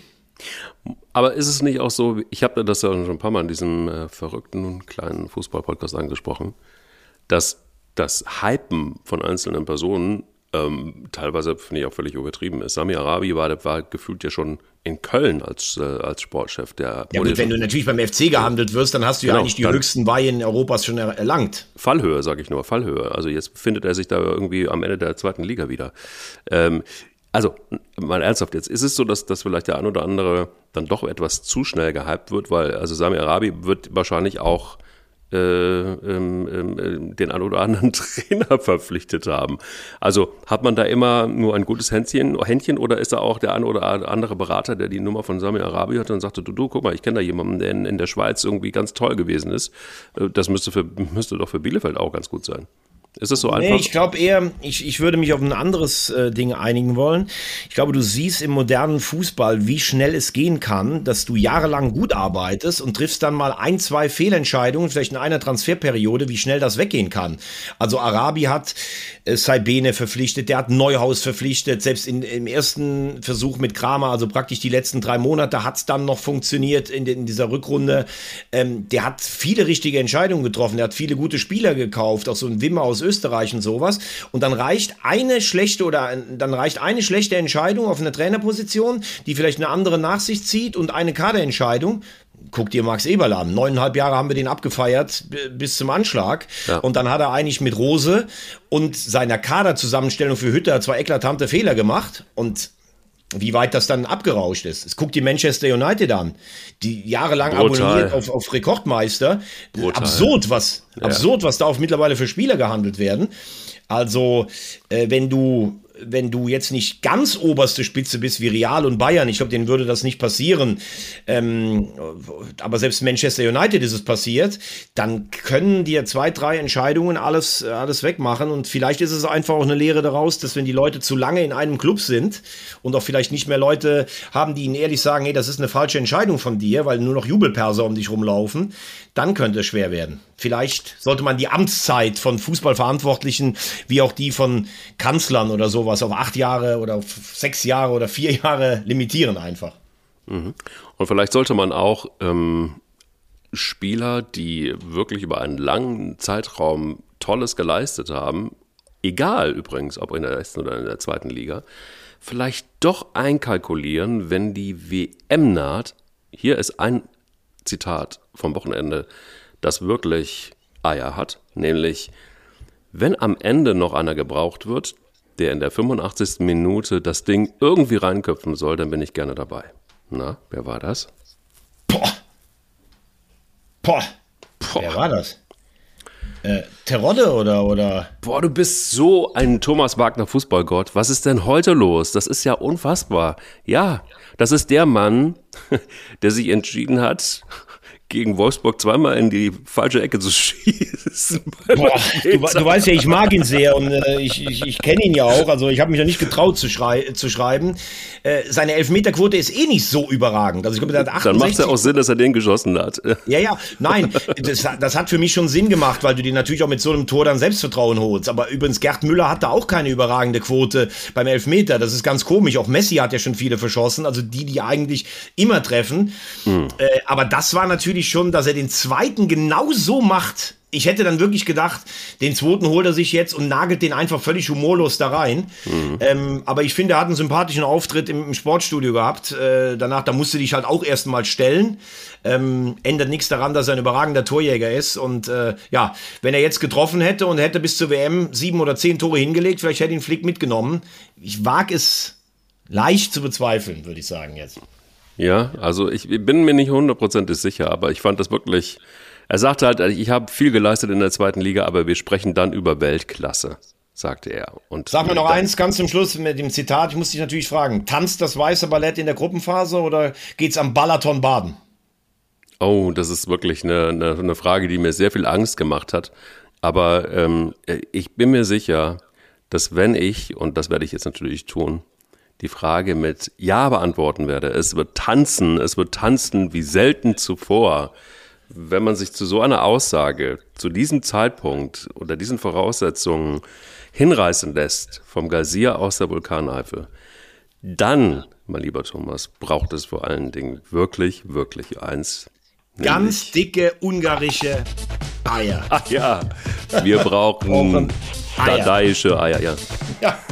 Aber ist es nicht auch so, ich habe das ja schon ein paar Mal in diesem äh, verrückten kleinen Fußball-Podcast angesprochen, dass das Hypen von einzelnen Personen ähm, teilweise, finde ich, auch völlig übertrieben ist. Sami Arabi war, war gefühlt ja schon in Köln als, äh, als Sportchef. Der ja gut, wenn du natürlich beim F C gehandelt wirst, dann hast du ja genau, eigentlich die höchsten Weihen Europas schon er- erlangt. Fallhöhe, sage ich nur, Fallhöhe. Also jetzt findet er sich da irgendwie am Ende der zweiten Liga wieder. Ähm, also, mal ernsthaft jetzt, ist es so, dass, dass vielleicht der ein oder andere dann doch etwas zu schnell gehypt wird, weil also Sami Arabi wird wahrscheinlich auch Äh, ähm, ähm, den einen oder anderen Trainer verpflichtet haben. Also hat man da immer nur ein gutes Händchen, Händchen oder ist da auch der ein oder andere Berater, der die Nummer von Sami Arabi hat und sagte, du, du, guck mal, ich kenne da jemanden, der in, in der Schweiz irgendwie ganz toll gewesen ist. Das müsste, für, müsste doch für Bielefeld auch ganz gut sein. Ist es so einfach? Nee, ich glaube eher, ich, ich würde mich auf ein anderes äh, Ding einigen wollen. Ich glaube, du siehst im modernen Fußball, wie schnell es gehen kann, dass du jahrelang gut arbeitest und triffst dann mal ein, zwei Fehlentscheidungen, vielleicht in einer Transferperiode, wie schnell das weggehen kann. Also Arabi hat äh, Saibene verpflichtet, der hat Neuhaus verpflichtet, selbst in, im ersten Versuch mit Kramer, also praktisch die letzten drei Monate, hat es dann noch funktioniert in, in dieser Rückrunde. Ähm, der hat viele richtige Entscheidungen getroffen, der hat viele gute Spieler gekauft, auch so ein Wimmer aus Österreich und sowas. Und dann reicht eine schlechte oder dann reicht eine schlechte Entscheidung auf einer Trainerposition, die vielleicht eine andere nach sich zieht und eine Kaderentscheidung. Guck dir Max Eberl an. Neuneinhalb Jahre haben wir den abgefeiert bis zum Anschlag. Ja. Und dann hat er eigentlich mit Rose und seiner Kaderzusammenstellung für Hütter zwei eklatante Fehler gemacht. Und wie weit das dann abgerauscht ist. Es guckt die Manchester United an, die jahrelang Brutal. abonniert auf, auf Rekordmeister. Brutal. Absurd, was, ja. absurd, was da auf mittlerweile für Spieler gehandelt werden. Also, äh, wenn du wenn du jetzt nicht ganz oberste Spitze bist wie Real und Bayern, ich glaube, denen würde das nicht passieren, ähm, aber selbst Manchester United ist es passiert, dann können dir zwei, drei Entscheidungen alles, alles wegmachen und vielleicht ist es einfach auch eine Lehre daraus, dass wenn die Leute zu lange in einem Club sind und auch vielleicht nicht mehr Leute haben, die ihnen ehrlich sagen, hey, das ist eine falsche Entscheidung von dir, weil nur noch Jubelperser um dich rumlaufen, dann könnte es schwer werden. Vielleicht sollte man die Amtszeit von Fußballverantwortlichen wie auch die von Kanzlern oder sowas auf acht Jahre oder auf sechs Jahre oder vier Jahre limitieren einfach. Mhm. Und vielleicht sollte man auch ähm, Spieler, die wirklich über einen langen Zeitraum Tolles geleistet haben, egal übrigens, ob in der ersten oder in der zweiten Liga, vielleicht doch einkalkulieren, wenn die W M naht. Hier ist ein Zitat vom Wochenende, das wirklich Eier hat, nämlich Wenn am Ende noch einer gebraucht wird, der in der fünfundachtzigsten Minute das Ding irgendwie reinköpfen soll, dann bin ich gerne dabei. Na, wer war das? Boah. Boah. Boah. Wer war das? Äh, Terodde oder, oder? Boah, du bist so ein Thomas Wagner Fußballgott. Was ist denn heute los? Das ist ja unfassbar. Ja, das ist der Mann, der sich entschieden hat, gegen Wolfsburg zweimal in die falsche Ecke zu schießen. Boah, du, du weißt ja, ich mag ihn sehr und äh, ich, ich, ich kenne ihn ja auch. Also ich habe mich noch nicht getraut zu, schrei- zu schreiben. Äh, seine Elfmeterquote ist eh nicht so überragend. Also ich glaube, der hat achtundsechzig. Dann macht es ja auch Sinn, dass er den geschossen hat. Ja, ja, nein, das, das hat für mich schon Sinn gemacht, weil du dir natürlich auch mit so einem Tor dann Selbstvertrauen holst. Aber übrigens, Gerd Müller hatte auch keine überragende Quote beim Elfmeter. Das ist ganz komisch. Auch Messi hat ja schon viele verschossen. Also die, die eigentlich immer treffen. Mhm. Äh, aber das war natürlich schon, dass er den zweiten genau so macht. Ich hätte dann wirklich gedacht, den zweiten holt er sich jetzt und nagelt den einfach völlig humorlos da rein. Mhm. Ähm, aber ich finde, er hat einen sympathischen Auftritt im, im Sportstudio gehabt. Äh, danach, da musste dich halt auch erst mal stellen. Ähm, ändert nichts daran, dass er ein überragender Torjäger ist. Und äh, ja, wenn er jetzt getroffen hätte und hätte bis zur W M sieben oder zehn Tore hingelegt, vielleicht hätte ihn Flick mitgenommen. Ich wage es leicht zu bezweifeln, würde ich sagen jetzt. Ja, also ich bin mir nicht hundertprozentig sicher, aber ich fand das wirklich, er sagte halt, ich habe viel geleistet in der zweiten Liga, aber wir sprechen dann über Weltklasse, sagte er. Und sag mir noch eins, ganz zum Schluss mit dem Zitat, ich muss dich natürlich fragen, tanzt das weiße Ballett in der Gruppenphase oder geht's am Balaton baden? Oh, das ist wirklich eine, eine, eine Frage, die mir sehr viel Angst gemacht hat, aber ähm, ich bin mir sicher, dass wenn ich, und das werde ich jetzt natürlich tun, die Frage mit Ja beantworten werde. Es wird tanzen, es wird tanzen wie selten zuvor. Wenn man sich zu so einer Aussage, zu diesem Zeitpunkt, unter diesen Voraussetzungen hinreißen lässt vom Geysir aus der Vulkaneifel, dann, mein lieber Thomas, braucht es vor allen Dingen wirklich, wirklich eins. Ganz dicke ungarische Eier. Ach ja, wir brauchen dadaische Eier, ja. Ja.